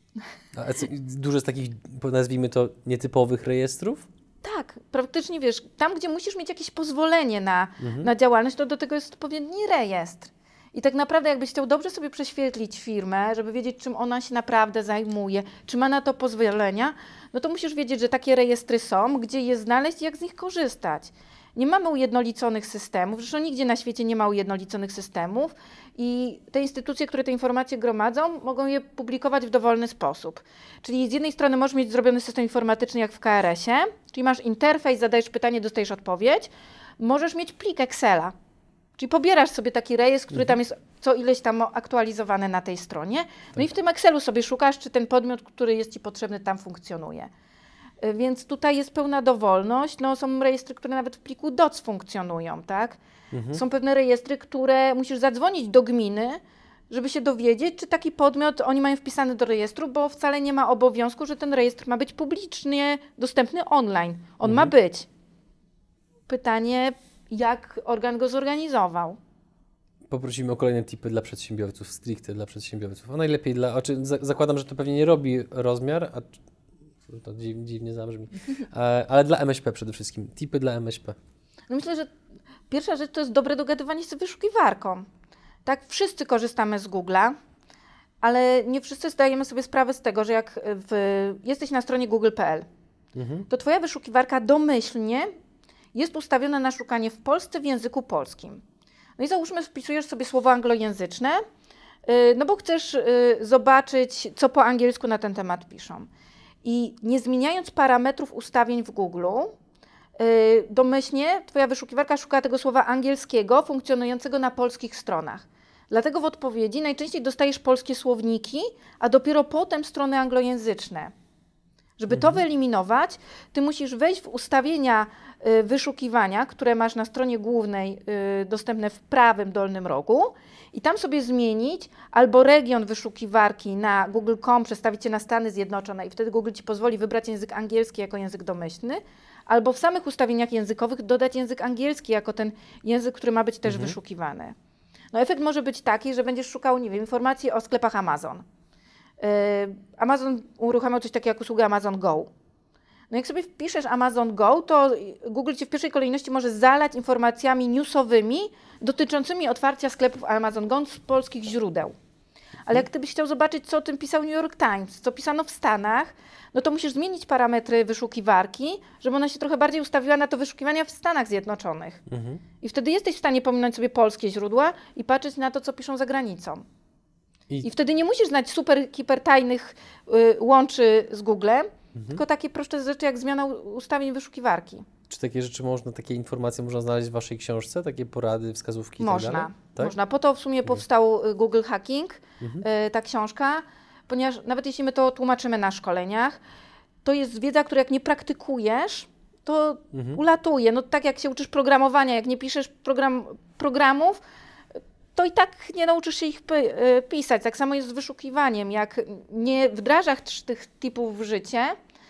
A co, dużo z takich, nazwijmy to, nietypowych rejestrów? Tak, praktycznie wiesz, tam gdzie musisz mieć jakieś pozwolenie na, mhm. na działalność, to do tego jest odpowiedni rejestr. I tak naprawdę jakbyś chciał dobrze sobie prześwietlić firmę, żeby wiedzieć, czym ona się naprawdę zajmuje, czy ma na to pozwolenia, no to musisz wiedzieć, że takie rejestry są, gdzie je znaleźć i jak z nich korzystać. Nie mamy ujednoliconych systemów, zresztą nigdzie na świecie nie ma ujednoliconych systemów i te instytucje, które te informacje gromadzą, mogą je publikować w dowolny sposób. Czyli z jednej strony możesz mieć zrobiony system informatyczny jak w K R S-ie, czyli masz interfejs, zadajesz pytanie, dostajesz odpowiedź, możesz mieć plik Excela, czyli pobierasz sobie taki rejestr, który tam jest co ileś tam aktualizowany na tej stronie, no i w tym Excelu sobie szukasz, czy ten podmiot, który jest ci potrzebny, tam funkcjonuje. Więc tutaj jest pełna dowolność. No, są rejestry, które nawet w pliku D O C funkcjonują, tak? Mhm. Są pewne rejestry, które musisz zadzwonić do gminy, żeby się dowiedzieć, czy taki podmiot oni mają wpisany do rejestru, bo wcale nie ma obowiązku, że ten rejestr ma być publicznie dostępny online. On mhm. ma być. Pytanie, jak organ go zorganizował? Poprosimy o kolejne tipy dla przedsiębiorców, stricte dla przedsiębiorców. A najlepiej dla, znaczy zakładam, że to pewnie nie robi rozmiar, a To dziw, dziwnie zabrzmi. E, ale dla M S P przede wszystkim. Tipy dla M S P. No myślę, że pierwsza rzecz to jest dobre dogadywanie się z wyszukiwarką. Tak, wszyscy korzystamy z Google'a, ale nie wszyscy zdajemy sobie sprawę z tego, że jak w, jesteś na stronie google kropka p l, mhm. to twoja wyszukiwarka domyślnie jest ustawiona na szukanie w Polsce w języku polskim. No i załóżmy, wpisujesz sobie słowo anglojęzyczne, no bo chcesz zobaczyć, co po angielsku na ten temat piszą. I nie zmieniając parametrów ustawień w Google, domyślnie twoja wyszukiwarka szuka tego słowa angielskiego funkcjonującego na polskich stronach. Dlatego w odpowiedzi najczęściej dostajesz polskie słowniki, a dopiero potem strony anglojęzyczne. Żeby mhm. to wyeliminować, ty musisz wejść w ustawienia y, wyszukiwania, które masz na stronie głównej y, dostępne w prawym dolnym rogu i tam sobie zmienić albo region wyszukiwarki na google kropka com, przestawić je na Stany Zjednoczone i wtedy Google ci pozwoli wybrać język angielski jako język domyślny, albo w samych ustawieniach językowych dodać język angielski jako ten język, który ma być też mhm. wyszukiwany. No efekt może być taki, że będziesz szukał, nie wiem, informacji o sklepach Amazon. Yy, Amazon uruchamiał coś takiego jak usługę Amazon Go. No jak sobie wpiszesz Amazon Go, to Google cię w pierwszej kolejności może zalać informacjami newsowymi dotyczącymi otwarcia sklepów Amazon Go z polskich źródeł. Ale jak ty byś chciał zobaczyć, co o tym pisał New York Times, co pisano w Stanach, no to musisz zmienić parametry wyszukiwarki, żeby ona się trochę bardziej ustawiła na to wyszukiwania w Stanach Zjednoczonych. Mhm. I wtedy jesteś w stanie pominąć sobie polskie źródła i patrzeć na to, co piszą za granicą. I, I wtedy nie musisz znać super, hipertajnych y, łączy z Googlem, mhm. tylko takie proste rzeczy jak zmiana ustawień wyszukiwarki. Czy takie rzeczy można, takie informacje można znaleźć w waszej książce? Takie porady, wskazówki i można, tak dalej? Tak? Można. Po to w sumie powstał Google Hacking, mhm. y, ta książka, ponieważ nawet jeśli my to tłumaczymy na szkoleniach, to jest wiedza, którą jak nie praktykujesz, to mhm. ulatuje. No tak jak się uczysz programowania, jak nie piszesz program, programów, to i tak nie nauczysz się ich pisać. Tak samo jest z wyszukiwaniem. Jak nie wdrażasz tych tipów w życie,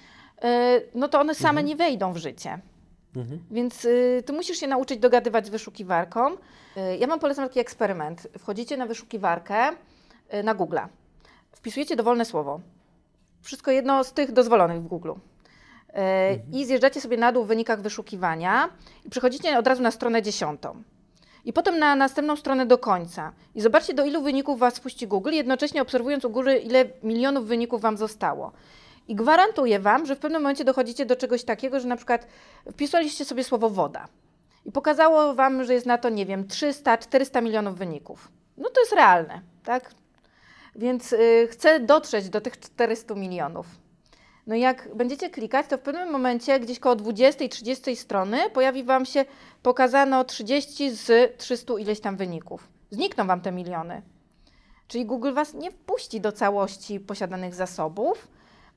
no to one same mhm. nie wejdą w życie. Mhm. Więc y, ty musisz się nauczyć dogadywać z wyszukiwarką. Y, ja wam polecam taki eksperyment. Wchodzicie na wyszukiwarkę y, na Google'a. Wpisujecie dowolne słowo. Wszystko jedno z tych dozwolonych w Google. Y, mhm. I zjeżdżacie sobie na dół w wynikach wyszukiwania i przechodzicie od razu na stronę dziesiątą. I potem na następną stronę do końca. I zobaczcie, do ilu wyników was wpuści Google, jednocześnie obserwując u góry, ile milionów wyników wam zostało. I gwarantuję wam, że w pewnym momencie dochodzicie do czegoś takiego, że na przykład wpisaliście sobie słowo woda i pokazało wam, że jest na to, nie wiem, trzysta czterysta milionów wyników. No to jest realne, tak? Więc y, chcę dotrzeć do tych czterystu milionów. No i jak będziecie klikać, to w pewnym momencie gdzieś koło dwudziestej trzydziestej strony pojawi wam się, pokazano trzydzieści z trzystu ileś tam wyników. Znikną wam te miliony. Czyli Google was nie wpuści do całości posiadanych zasobów.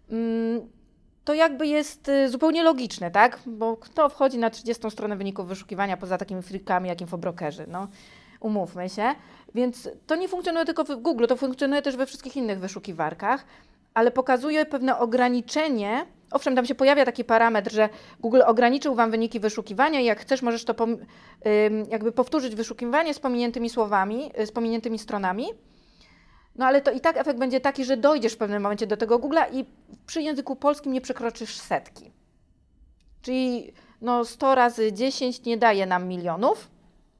To jakby jest zupełnie logiczne, tak? Bo kto wchodzi na trzydziestą stronę wyników wyszukiwania poza takimi frikami jak infobrokerzy, no umówmy się. Więc to nie funkcjonuje tylko w Google, to funkcjonuje też we wszystkich innych wyszukiwarkach, ale pokazuje pewne ograniczenie. Owszem, tam się pojawia taki parametr, że Google ograniczył wam wyniki wyszukiwania i jak chcesz, możesz to jakby powtórzyć wyszukiwanie z pominiętymi słowami, z pominiętymi stronami. No ale to i tak efekt będzie taki, że dojdziesz w pewnym momencie do tego Google'a i przy języku polskim nie przekroczysz setki. Czyli no sto razy dziesięć nie daje nam milionów,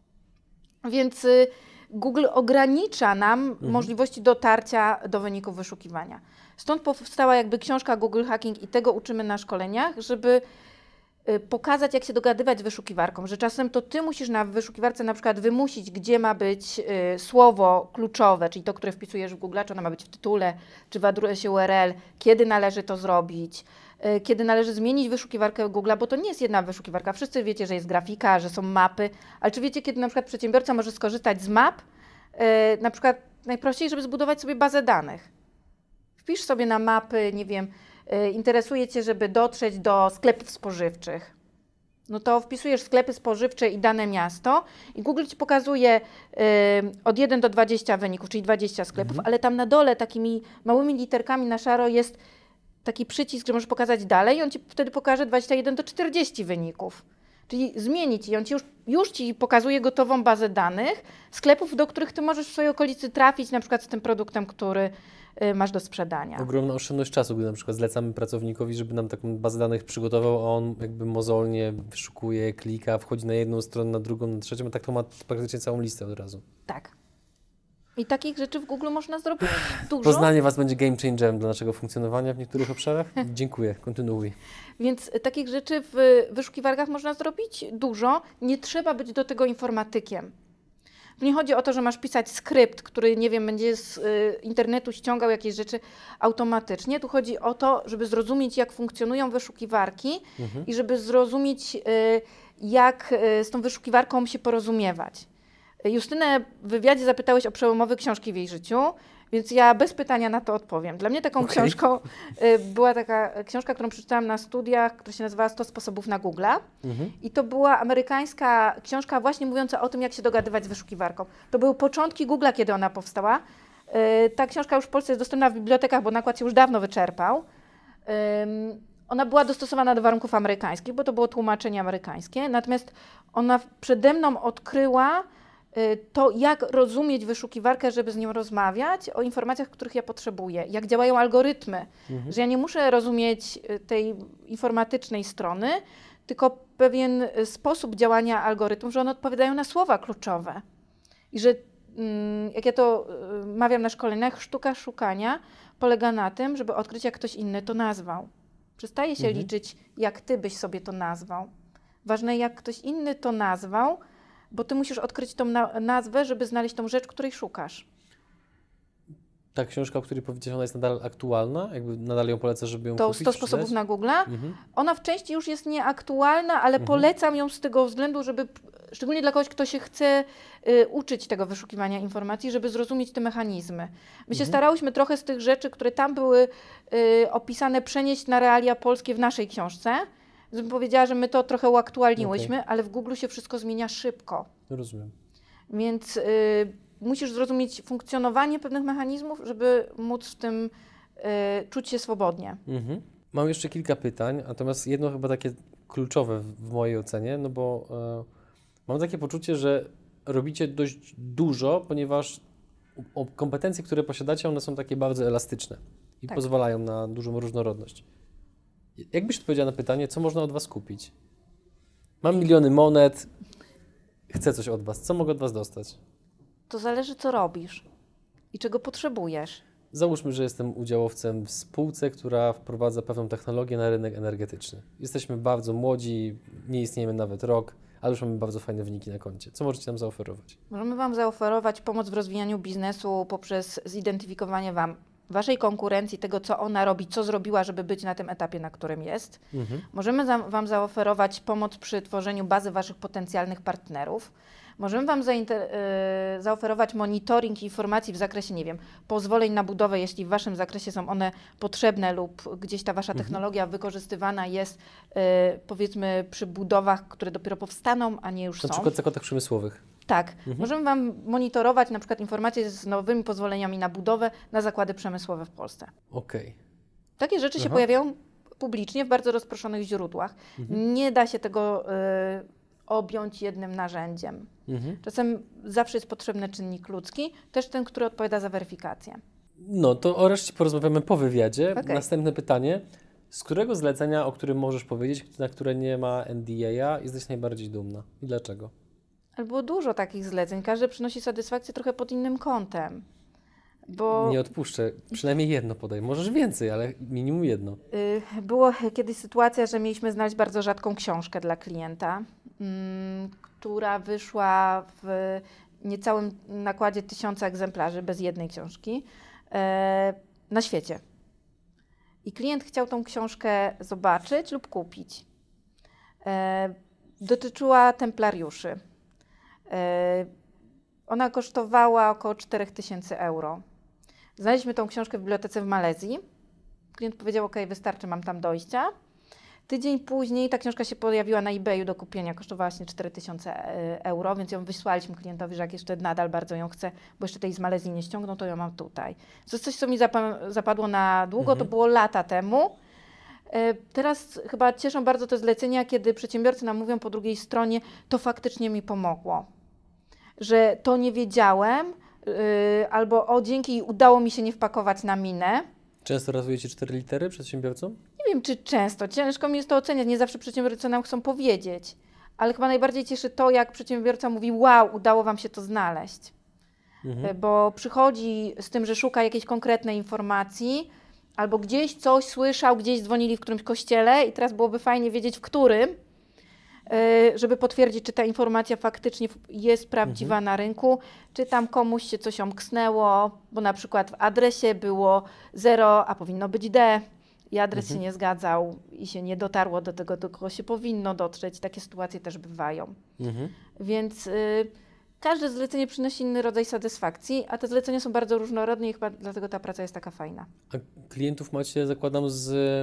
więc y, Google ogranicza nam mhm. możliwości dotarcia do wyników wyszukiwania. Stąd powstała jakby książka Google Hacking i tego uczymy na szkoleniach, żeby y, pokazać, jak się dogadywać z wyszukiwarką, że czasem to ty musisz na wyszukiwarce na przykład wymusić, gdzie ma być y, słowo kluczowe, czyli to, które wpisujesz w Google, czy ono ma być w tytule, czy w adresie U R L, kiedy należy to zrobić, y, kiedy należy zmienić wyszukiwarkę Google, bo to nie jest jedna wyszukiwarka. Wszyscy wiecie, że jest grafika, że są mapy, ale czy wiecie, kiedy na przykład przedsiębiorca może skorzystać z map, y, na przykład najprościej, żeby zbudować sobie bazę danych. Wpisz sobie na mapy, nie wiem, y, interesuje cię, żeby dotrzeć do sklepów spożywczych. No to wpisujesz sklepy spożywcze i dane miasto i Google ci pokazuje y, od jeden do dwudziestu wyników, czyli dwadzieścia sklepów, mhm. ale tam na dole takimi małymi literkami na szaro jest taki przycisk, że możesz pokazać dalej i on ci wtedy pokaże dwadzieścia jeden do czterdziestu wyników. Czyli zmienić i on ci już, już ci pokazuje gotową bazę danych sklepów, do których ty możesz w swojej okolicy trafić, na przykład z tym produktem, który y, masz do sprzedania. Ogromna oszczędność czasu, gdy na przykład zlecamy pracownikowi, żeby nam taką bazę danych przygotował, a on jakby mozolnie wyszukuje, klika, wchodzi na jedną stronę, na drugą, na trzecią, a tak to ma praktycznie całą listę od razu. Tak. I takich rzeczy w Google można zrobić dużo. Poznanie Was będzie game changerem dla naszego funkcjonowania w niektórych obszarach. Dziękuję, kontynuuj. Więc takich rzeczy w wyszukiwarkach można zrobić dużo. Nie trzeba być do tego informatykiem. Tu nie chodzi o to, że masz pisać skrypt, który, nie wiem, będzie z y, internetu ściągał jakieś rzeczy automatycznie. Tu chodzi o to, żeby zrozumieć, jak funkcjonują wyszukiwarki mhm. i żeby zrozumieć, y, jak y, z tą wyszukiwarką się porozumiewać. Justynę w wywiadzie zapytałeś o przełomowe książki w jej życiu, więc ja bez pytania na to odpowiem. Dla mnie taką okay. książką y, była taka książka, którą przeczytałam na studiach, która się nazywała sto sposobów na Google'a. Mhm. I to była amerykańska książka właśnie mówiąca o tym, jak się dogadywać z wyszukiwarką. To były początki Google'a, kiedy ona powstała. Y, ta książka już w Polsce jest dostępna w bibliotekach, bo nakład się już dawno wyczerpał. Y, ona była dostosowana do warunków amerykańskich, bo to było tłumaczenie amerykańskie. Natomiast ona przede mną odkryła to, jak rozumieć wyszukiwarkę, żeby z nią rozmawiać o informacjach, których ja potrzebuję, jak działają algorytmy, mhm. że ja nie muszę rozumieć tej informatycznej strony, tylko pewien sposób działania algorytmów, że one odpowiadają na słowa kluczowe. I że, jak ja to mawiam na szkoleniach, sztuka szukania polega na tym, żeby odkryć, jak ktoś inny to nazwał. Przestaje się mhm. liczyć, jak ty byś sobie to nazwał. Ważne, jak ktoś inny to nazwał, bo ty musisz odkryć tą na nazwę, żeby znaleźć tą rzecz, której szukasz. Ta książka, o której powiedziałeś, ona jest nadal aktualna? Jakby nadal ją polecasz, żeby ją to kupić? To sto sposobów na Google. Mhm. Ona w części już jest nieaktualna, ale mhm. polecam ją z tego względu, żeby, szczególnie dla kogoś, kto się chce y, uczyć tego wyszukiwania informacji, żeby zrozumieć te mechanizmy. My się mhm. starałyśmy trochę z tych rzeczy, które tam były y, opisane, przenieść na realia polskie w naszej książce. Bym powiedziała, że my to trochę uaktualniłyśmy, okay. ale w Google się wszystko zmienia szybko. Rozumiem. Więc y, musisz zrozumieć funkcjonowanie pewnych mechanizmów, żeby móc w tym y, czuć się swobodnie. Mhm. Mam jeszcze kilka pytań, natomiast jedno chyba takie kluczowe w, w mojej ocenie, no bo y, mam takie poczucie, że robicie dość dużo, ponieważ o, kompetencje, które posiadacie, one są takie bardzo elastyczne i tak. pozwalają na dużą różnorodność. Jak byś odpowiedziała na pytanie, co można od Was kupić? Mam miliony monet, chcę coś od Was. Co mogę od Was dostać? To zależy, co robisz i czego potrzebujesz. Załóżmy, że jestem udziałowcem w spółce, która wprowadza pewną technologię na rynek energetyczny. Jesteśmy bardzo młodzi, nie istniejemy nawet rok, ale już mamy bardzo fajne wyniki na koncie. Co możecie nam zaoferować? Możemy Wam zaoferować pomoc w rozwijaniu biznesu poprzez zidentyfikowanie Wam Waszej konkurencji, tego, co ona robi, co zrobiła, żeby być na tym etapie, na którym jest. Mhm. Możemy za, Wam zaoferować pomoc przy tworzeniu bazy Waszych potencjalnych partnerów. Możemy Wam zainter- y, zaoferować monitoring informacji w zakresie, nie wiem, pozwoleń na budowę, jeśli w Waszym zakresie są one potrzebne lub gdzieś ta Wasza mhm. technologia wykorzystywana jest, y, powiedzmy, przy budowach, które dopiero powstaną, a nie już na są. Na przykład zakładach przemysłowych. Tak. Mhm. Możemy Wam monitorować na przykład informacje z nowymi pozwoleniami na budowę na zakłady przemysłowe w Polsce. Okej. Okay. Takie rzeczy Aha. się pojawiają publicznie w bardzo rozproszonych źródłach. Mhm. Nie da się tego y, objąć jednym narzędziem. Mhm. Czasem zawsze jest potrzebny czynnik ludzki, też ten, który odpowiada za weryfikację. No to o reszcie porozmawiamy po wywiadzie. Okay. Następne pytanie. Z którego zlecenia, o którym możesz powiedzieć, na które nie ma N D A, jesteś najbardziej dumna? I dlaczego? Ale było dużo takich zleceń. Każde przynosi satysfakcję trochę pod innym kątem. Bo nie odpuszczę. Przynajmniej jedno podaj. Możesz więcej, ale minimum jedno. Yy, było kiedyś sytuacja, że mieliśmy znaleźć bardzo rzadką książkę dla klienta, yy, która wyszła w niecałym nakładzie tysiąca egzemplarzy, bez jednej książki, yy, na świecie. I klient chciał tą książkę zobaczyć lub kupić. Yy, dotyczyła templariuszy. Ona kosztowała około cztery tysiące euro. Znaleźliśmy tą książkę w bibliotece w Malezji. Klient powiedział, ok, wystarczy, mam tam dojścia. Tydzień później ta książka się pojawiła na eBayu do kupienia, kosztowała właśnie cztery tysiące euro, więc ją wysłaliśmy klientowi, że jak jeszcze nadal bardzo ją chce, bo jeszcze tej z Malezji nie ściągnął, to ją mam tutaj. To jest coś, co mi zapa- zapadło na długo, mhm. to było lata temu. E, Teraz chyba cieszą bardzo te zlecenia, kiedy przedsiębiorcy nam mówią po drugiej stronie, to faktycznie mi pomogło, że to nie wiedziałem, yy, albo o dzięki udało mi się nie wpakować na minę. Często ratujecie cztery litery przedsiębiorcom? Nie wiem, czy często, ciężko mi jest to oceniać, nie zawsze przedsiębiorcy nam chcą powiedzieć, ale chyba najbardziej cieszy to, jak przedsiębiorca mówi, wow, udało Wam się to znaleźć. Mhm. Bo przychodzi z tym, że szuka jakiejś konkretnej informacji, albo gdzieś coś słyszał, gdzieś dzwonili w którymś kościele i teraz byłoby fajnie wiedzieć, w którym, żeby potwierdzić, czy ta informacja faktycznie jest prawdziwa mhm. na rynku, czy tam komuś się coś omknęło, bo na przykład w adresie było zero, a powinno być D i adres mhm. się nie zgadzał i się nie dotarło do tego, do kogo się powinno dotrzeć. Takie sytuacje też bywają. Mhm. Więc y, każde zlecenie przynosi inny rodzaj satysfakcji, a te zlecenia są bardzo różnorodne i chyba dlatego ta praca jest taka fajna. A klientów macie, zakładam, z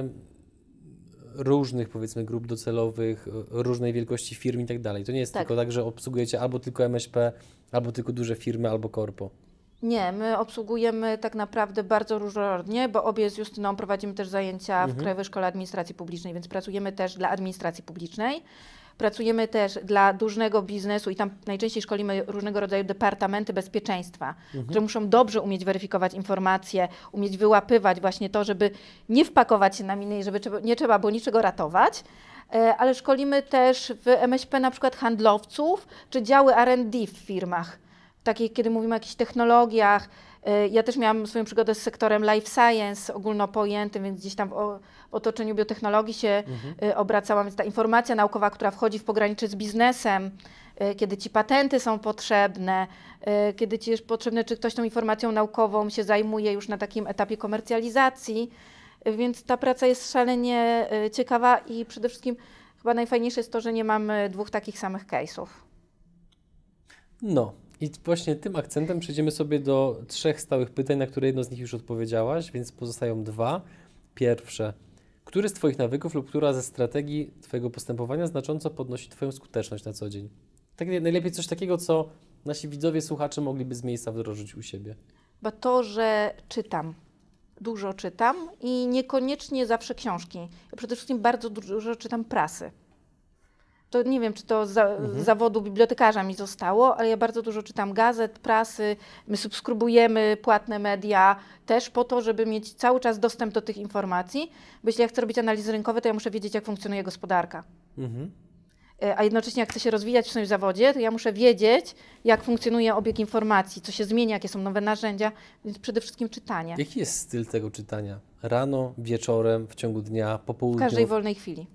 różnych, powiedzmy, grup docelowych, różnej wielkości firm i tak dalej. To nie jest tak. tylko tak, że obsługujecie albo tylko M S P, albo tylko duże firmy, albo korpo. Nie, my obsługujemy tak naprawdę bardzo różnorodnie, bo obie z Justyną prowadzimy też zajęcia mhm. w Krajowej Szkole Administracji Publicznej, więc pracujemy też dla administracji publicznej. Pracujemy też dla dużego biznesu i tam najczęściej szkolimy różnego rodzaju departamenty bezpieczeństwa, mhm. które muszą dobrze umieć weryfikować informacje, umieć wyłapywać właśnie to, żeby nie wpakować się na miny i żeby nie trzeba było niczego ratować, ale szkolimy też w M S P na przykład handlowców czy działy R and D w firmach, takie kiedy mówimy o jakichś technologiach. Ja też miałam swoją przygodę z sektorem life science ogólnopojętym, więc gdzieś tam w, o, w otoczeniu biotechnologii się mhm. obracałam, więc ta informacja naukowa, która wchodzi w pogranicze z biznesem, kiedy ci patenty są potrzebne, kiedy ci jest potrzebne, czy ktoś tą informacją naukową się zajmuje już na takim etapie komercjalizacji, więc ta praca jest szalenie ciekawa i przede wszystkim chyba najfajniejsze jest to, że nie mamy dwóch takich samych case'ów. No. I właśnie tym akcentem przejdziemy sobie do trzech stałych pytań, na które jedno z nich już odpowiedziałaś, więc pozostają dwa. Pierwsze, który z Twoich nawyków lub która ze strategii Twojego postępowania znacząco podnosi Twoją skuteczność na co dzień? Tak najlepiej coś takiego, co nasi widzowie, słuchacze mogliby z miejsca wdrożyć u siebie. Bo to, że czytam, dużo czytam i niekoniecznie zawsze książki. Ja przede wszystkim bardzo dużo czytam prasy. To nie wiem, czy to z za, mhm. zawodu bibliotekarza mi zostało, ale ja bardzo dużo czytam gazet, prasy, my subskrybujemy płatne media też po to, żeby mieć cały czas dostęp do tych informacji, bo jeśli ja chcę robić analizy rynkowe, to ja muszę wiedzieć, jak funkcjonuje gospodarka. Mhm. A jednocześnie jak chcę się rozwijać w swoim zawodzie, to ja muszę wiedzieć, jak funkcjonuje obieg informacji, co się zmienia, jakie są nowe narzędzia, więc przede wszystkim czytanie. Jaki jest styl tego czytania? Rano, wieczorem, w ciągu dnia, po południu? W każdej wolnej chwili.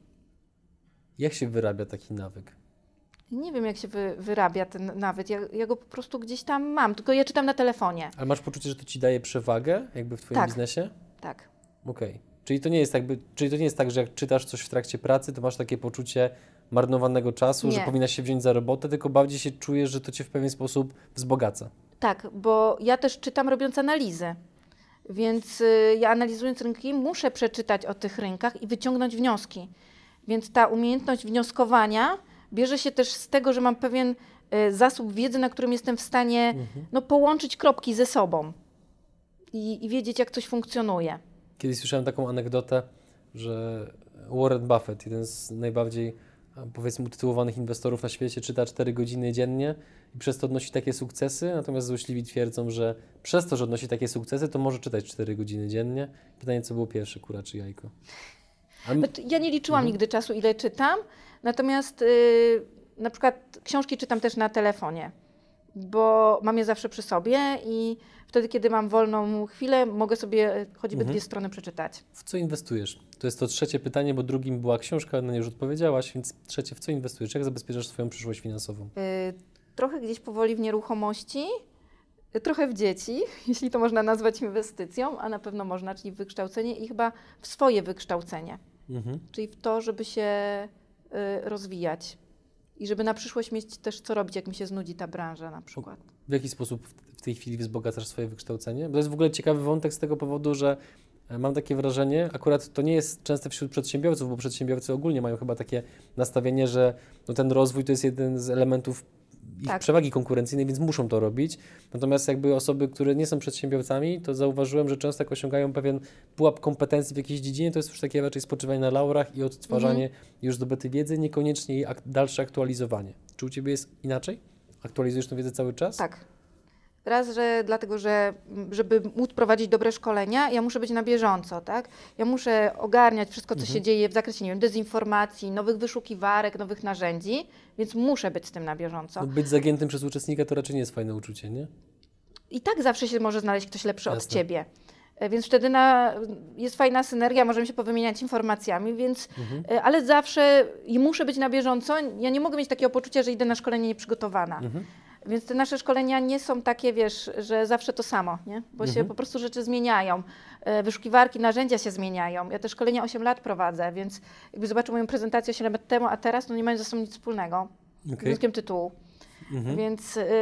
Jak się wyrabia taki nawyk? Nie wiem, jak się wy, wyrabia ten nawyk. Ja, ja go po prostu gdzieś tam mam, tylko ja czytam na telefonie. Ale masz poczucie, że to Ci daje przewagę jakby w Twoim tak. biznesie? Tak. Okej. Okay. Czyli to nie jest jakby, czyli to nie jest tak, że jak czytasz coś w trakcie pracy, to masz takie poczucie marnowanego czasu, nie. że powinnaś się wziąć za robotę, tylko bardziej się czujesz, że to Cię w pewien sposób wzbogaca. Tak, bo ja też czytam robiąc analizy. Więc y, ja analizując rynki muszę przeczytać o tych rynkach i wyciągnąć wnioski. Więc ta umiejętność wnioskowania bierze się też z tego, że mam pewien y, zasób wiedzy, na którym jestem w stanie mhm. no, połączyć kropki ze sobą i, i wiedzieć, jak coś funkcjonuje. Kiedyś słyszałem taką anegdotę, że Warren Buffett, jeden z najbardziej, powiedzmy, utytułowanych inwestorów na świecie, czyta cztery godziny dziennie i przez to odnosi takie sukcesy, natomiast złośliwi twierdzą, że przez to, że odnosi takie sukcesy, to może czytać cztery godziny dziennie. Pytanie, co było pierwsze, kura czy jajko? Ale... Ja nie liczyłam mhm. nigdy czasu, ile czytam, natomiast yy, na przykład książki czytam też na telefonie, bo mam je zawsze przy sobie i wtedy, kiedy mam wolną chwilę, mogę sobie choćby mhm. dwie strony przeczytać. W co inwestujesz? To jest to trzecie pytanie, bo drugim była książka, na nie już odpowiedziałaś, więc trzecie, w co inwestujesz? Jak zabezpieczasz swoją przyszłość finansową? Yy, trochę gdzieś powoli w nieruchomości, yy, trochę w dzieci, jeśli to można nazwać inwestycją, a na pewno można, czyli w wykształcenie i chyba w swoje wykształcenie, mhm. czyli w to, żeby się yy, rozwijać. I żeby na przyszłość mieć też co robić, jak mi się znudzi ta branża na przykład. W jaki sposób w tej chwili wzbogacasz swoje wykształcenie? Bo to jest w ogóle ciekawy wątek z tego powodu, że mam takie wrażenie, akurat to nie jest częste wśród przedsiębiorców, bo przedsiębiorcy ogólnie mają chyba takie nastawienie, że no ten rozwój to jest jeden z elementów ich Tak. przewagi konkurencyjnej, więc muszą to robić. Natomiast jakby osoby, które nie są przedsiębiorcami, to zauważyłem, że często jak osiągają pewien pułap kompetencji w jakiejś dziedzinie, to jest już takie raczej spoczywanie na laurach i odtwarzanie Mhm. już zdobytej wiedzy, niekoniecznie jej ak- dalsze aktualizowanie. Czy u Ciebie jest inaczej? Aktualizujesz tę wiedzę cały czas? Tak. Raz, że dlatego, że m, żeby móc prowadzić dobre szkolenia, ja muszę być na bieżąco, tak? Ja muszę ogarniać wszystko, co Mhm. się dzieje w zakresie, nie wiem, dezinformacji, nowych wyszukiwarek, nowych narzędzi, więc muszę być z tym na bieżąco. No, być zagiętym przez uczestnika to raczej nie jest fajne uczucie, nie? I tak zawsze się może znaleźć ktoś lepszy od Jasne. ciebie. E, Więc wtedy na, jest fajna synergia, możemy się powymieniać informacjami, więc, Mhm. e, ale zawsze i muszę być na bieżąco. Ja nie mogę mieć takiego poczucia, że idę na szkolenie nieprzygotowana. Mhm. Więc te nasze szkolenia nie są takie, wiesz, że zawsze to samo, nie? Bo się Mhm. po prostu rzeczy zmieniają. E, Wyszukiwarki, narzędzia się zmieniają. Ja te szkolenia osiem lat prowadzę, więc jakby zobaczył moją prezentację osiem lat temu, a teraz no nie mają ze sobą nic wspólnego. Okej. Wyjątkiem tytułu. Mhm. Więc y,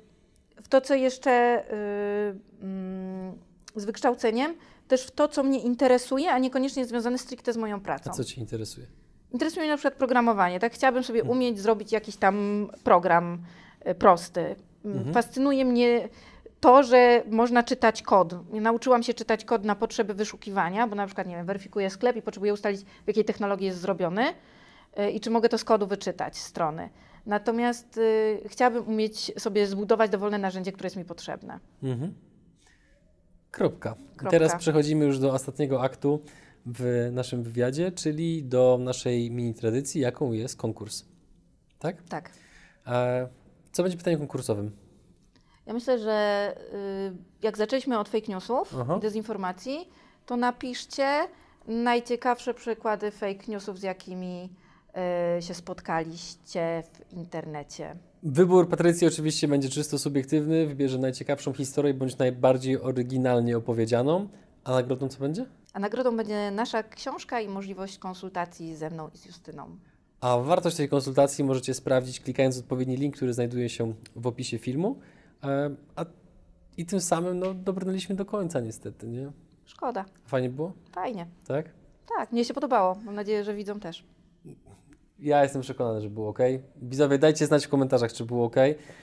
w to, co jeszcze y, mm, z wykształceniem, też w to, co mnie interesuje, a niekoniecznie związane stricte z moją A pracą. co Cię interesuje? Interesuje mnie na przykład programowanie, tak? Chciałabym sobie umieć zrobić jakiś tam program y, prosty. Mm, Mhm. Fascynuje mnie to, że można czytać kod. Ja nauczyłam się czytać kod na potrzeby wyszukiwania, bo na przykład, nie wiem, weryfikuję sklep i potrzebuję ustalić, w jakiej technologii jest zrobiony y, i czy mogę to z kodu wyczytać z strony. Natomiast y, chciałabym umieć sobie zbudować dowolne narzędzie, które jest mi potrzebne. Mhm. Kropka. I Kropka. teraz przechodzimy już do ostatniego aktu w naszym wywiadzie, czyli do naszej mini tradycji, jaką jest konkurs. Tak? Tak. E, co będzie pytaniem konkursowym? Ja myślę, że y, jak zaczęliśmy od fake newsów Aha. i dezinformacji, to napiszcie najciekawsze przykłady fake newsów, z jakimi y, się spotkaliście w internecie. Wybór Patrycji oczywiście będzie czysto subiektywny, wybierze najciekawszą historię bądź najbardziej oryginalnie opowiedzianą. A nagrodą co będzie? A nagrodą będzie nasza książka i możliwość konsultacji ze mną i z Justyną. A wartość tej konsultacji możecie sprawdzić klikając odpowiedni link, który znajduje się w opisie filmu. E, a, I tym samym no, dobrnęliśmy do końca niestety, nie? Szkoda. Fajnie było? Fajnie. Tak? Tak, mnie się podobało. Mam nadzieję, że widzom też. Ja jestem przekonany, że było ok. Widzowie, dajcie znać w komentarzach, czy było ok.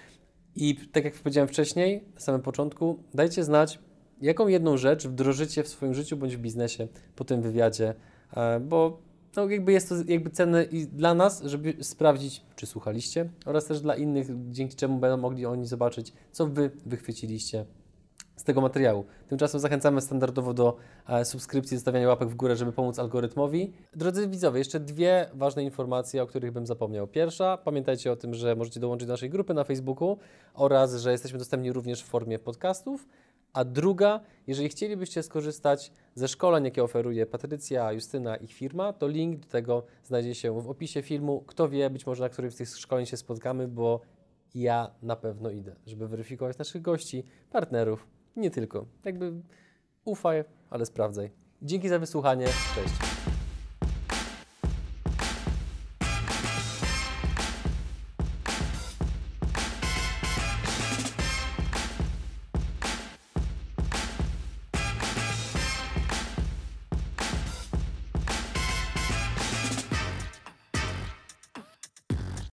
I tak jak powiedziałem wcześniej, na samym początku, dajcie znać, jaką jedną rzecz wdrożycie w swoim życiu bądź w biznesie po tym wywiadzie, e, bo no, jakby jest to jakby cenne i dla nas, żeby sprawdzić, czy słuchaliście, oraz też dla innych, dzięki czemu będą mogli oni zobaczyć, co Wy wychwyciliście z tego materiału. Tymczasem zachęcamy standardowo do e, subskrypcji, zostawiania łapek w górę, żeby pomóc algorytmowi. Drodzy widzowie, jeszcze dwie ważne informacje, o których bym zapomniał. Pierwsza, pamiętajcie o tym, że możecie dołączyć do naszej grupy na Facebooku oraz, że jesteśmy dostępni również w formie podcastów. A druga, jeżeli chcielibyście skorzystać ze szkoleń, jakie oferuje Patrycja, Justyna, ich firma, to link do tego znajdzie się w opisie filmu. Kto wie, być może na którymś z tych szkoleń się spotkamy, bo ja na pewno idę, żeby weryfikować naszych gości, partnerów, nie tylko. Jakby ufaj, ale sprawdzaj. Dzięki za wysłuchanie. Cześć.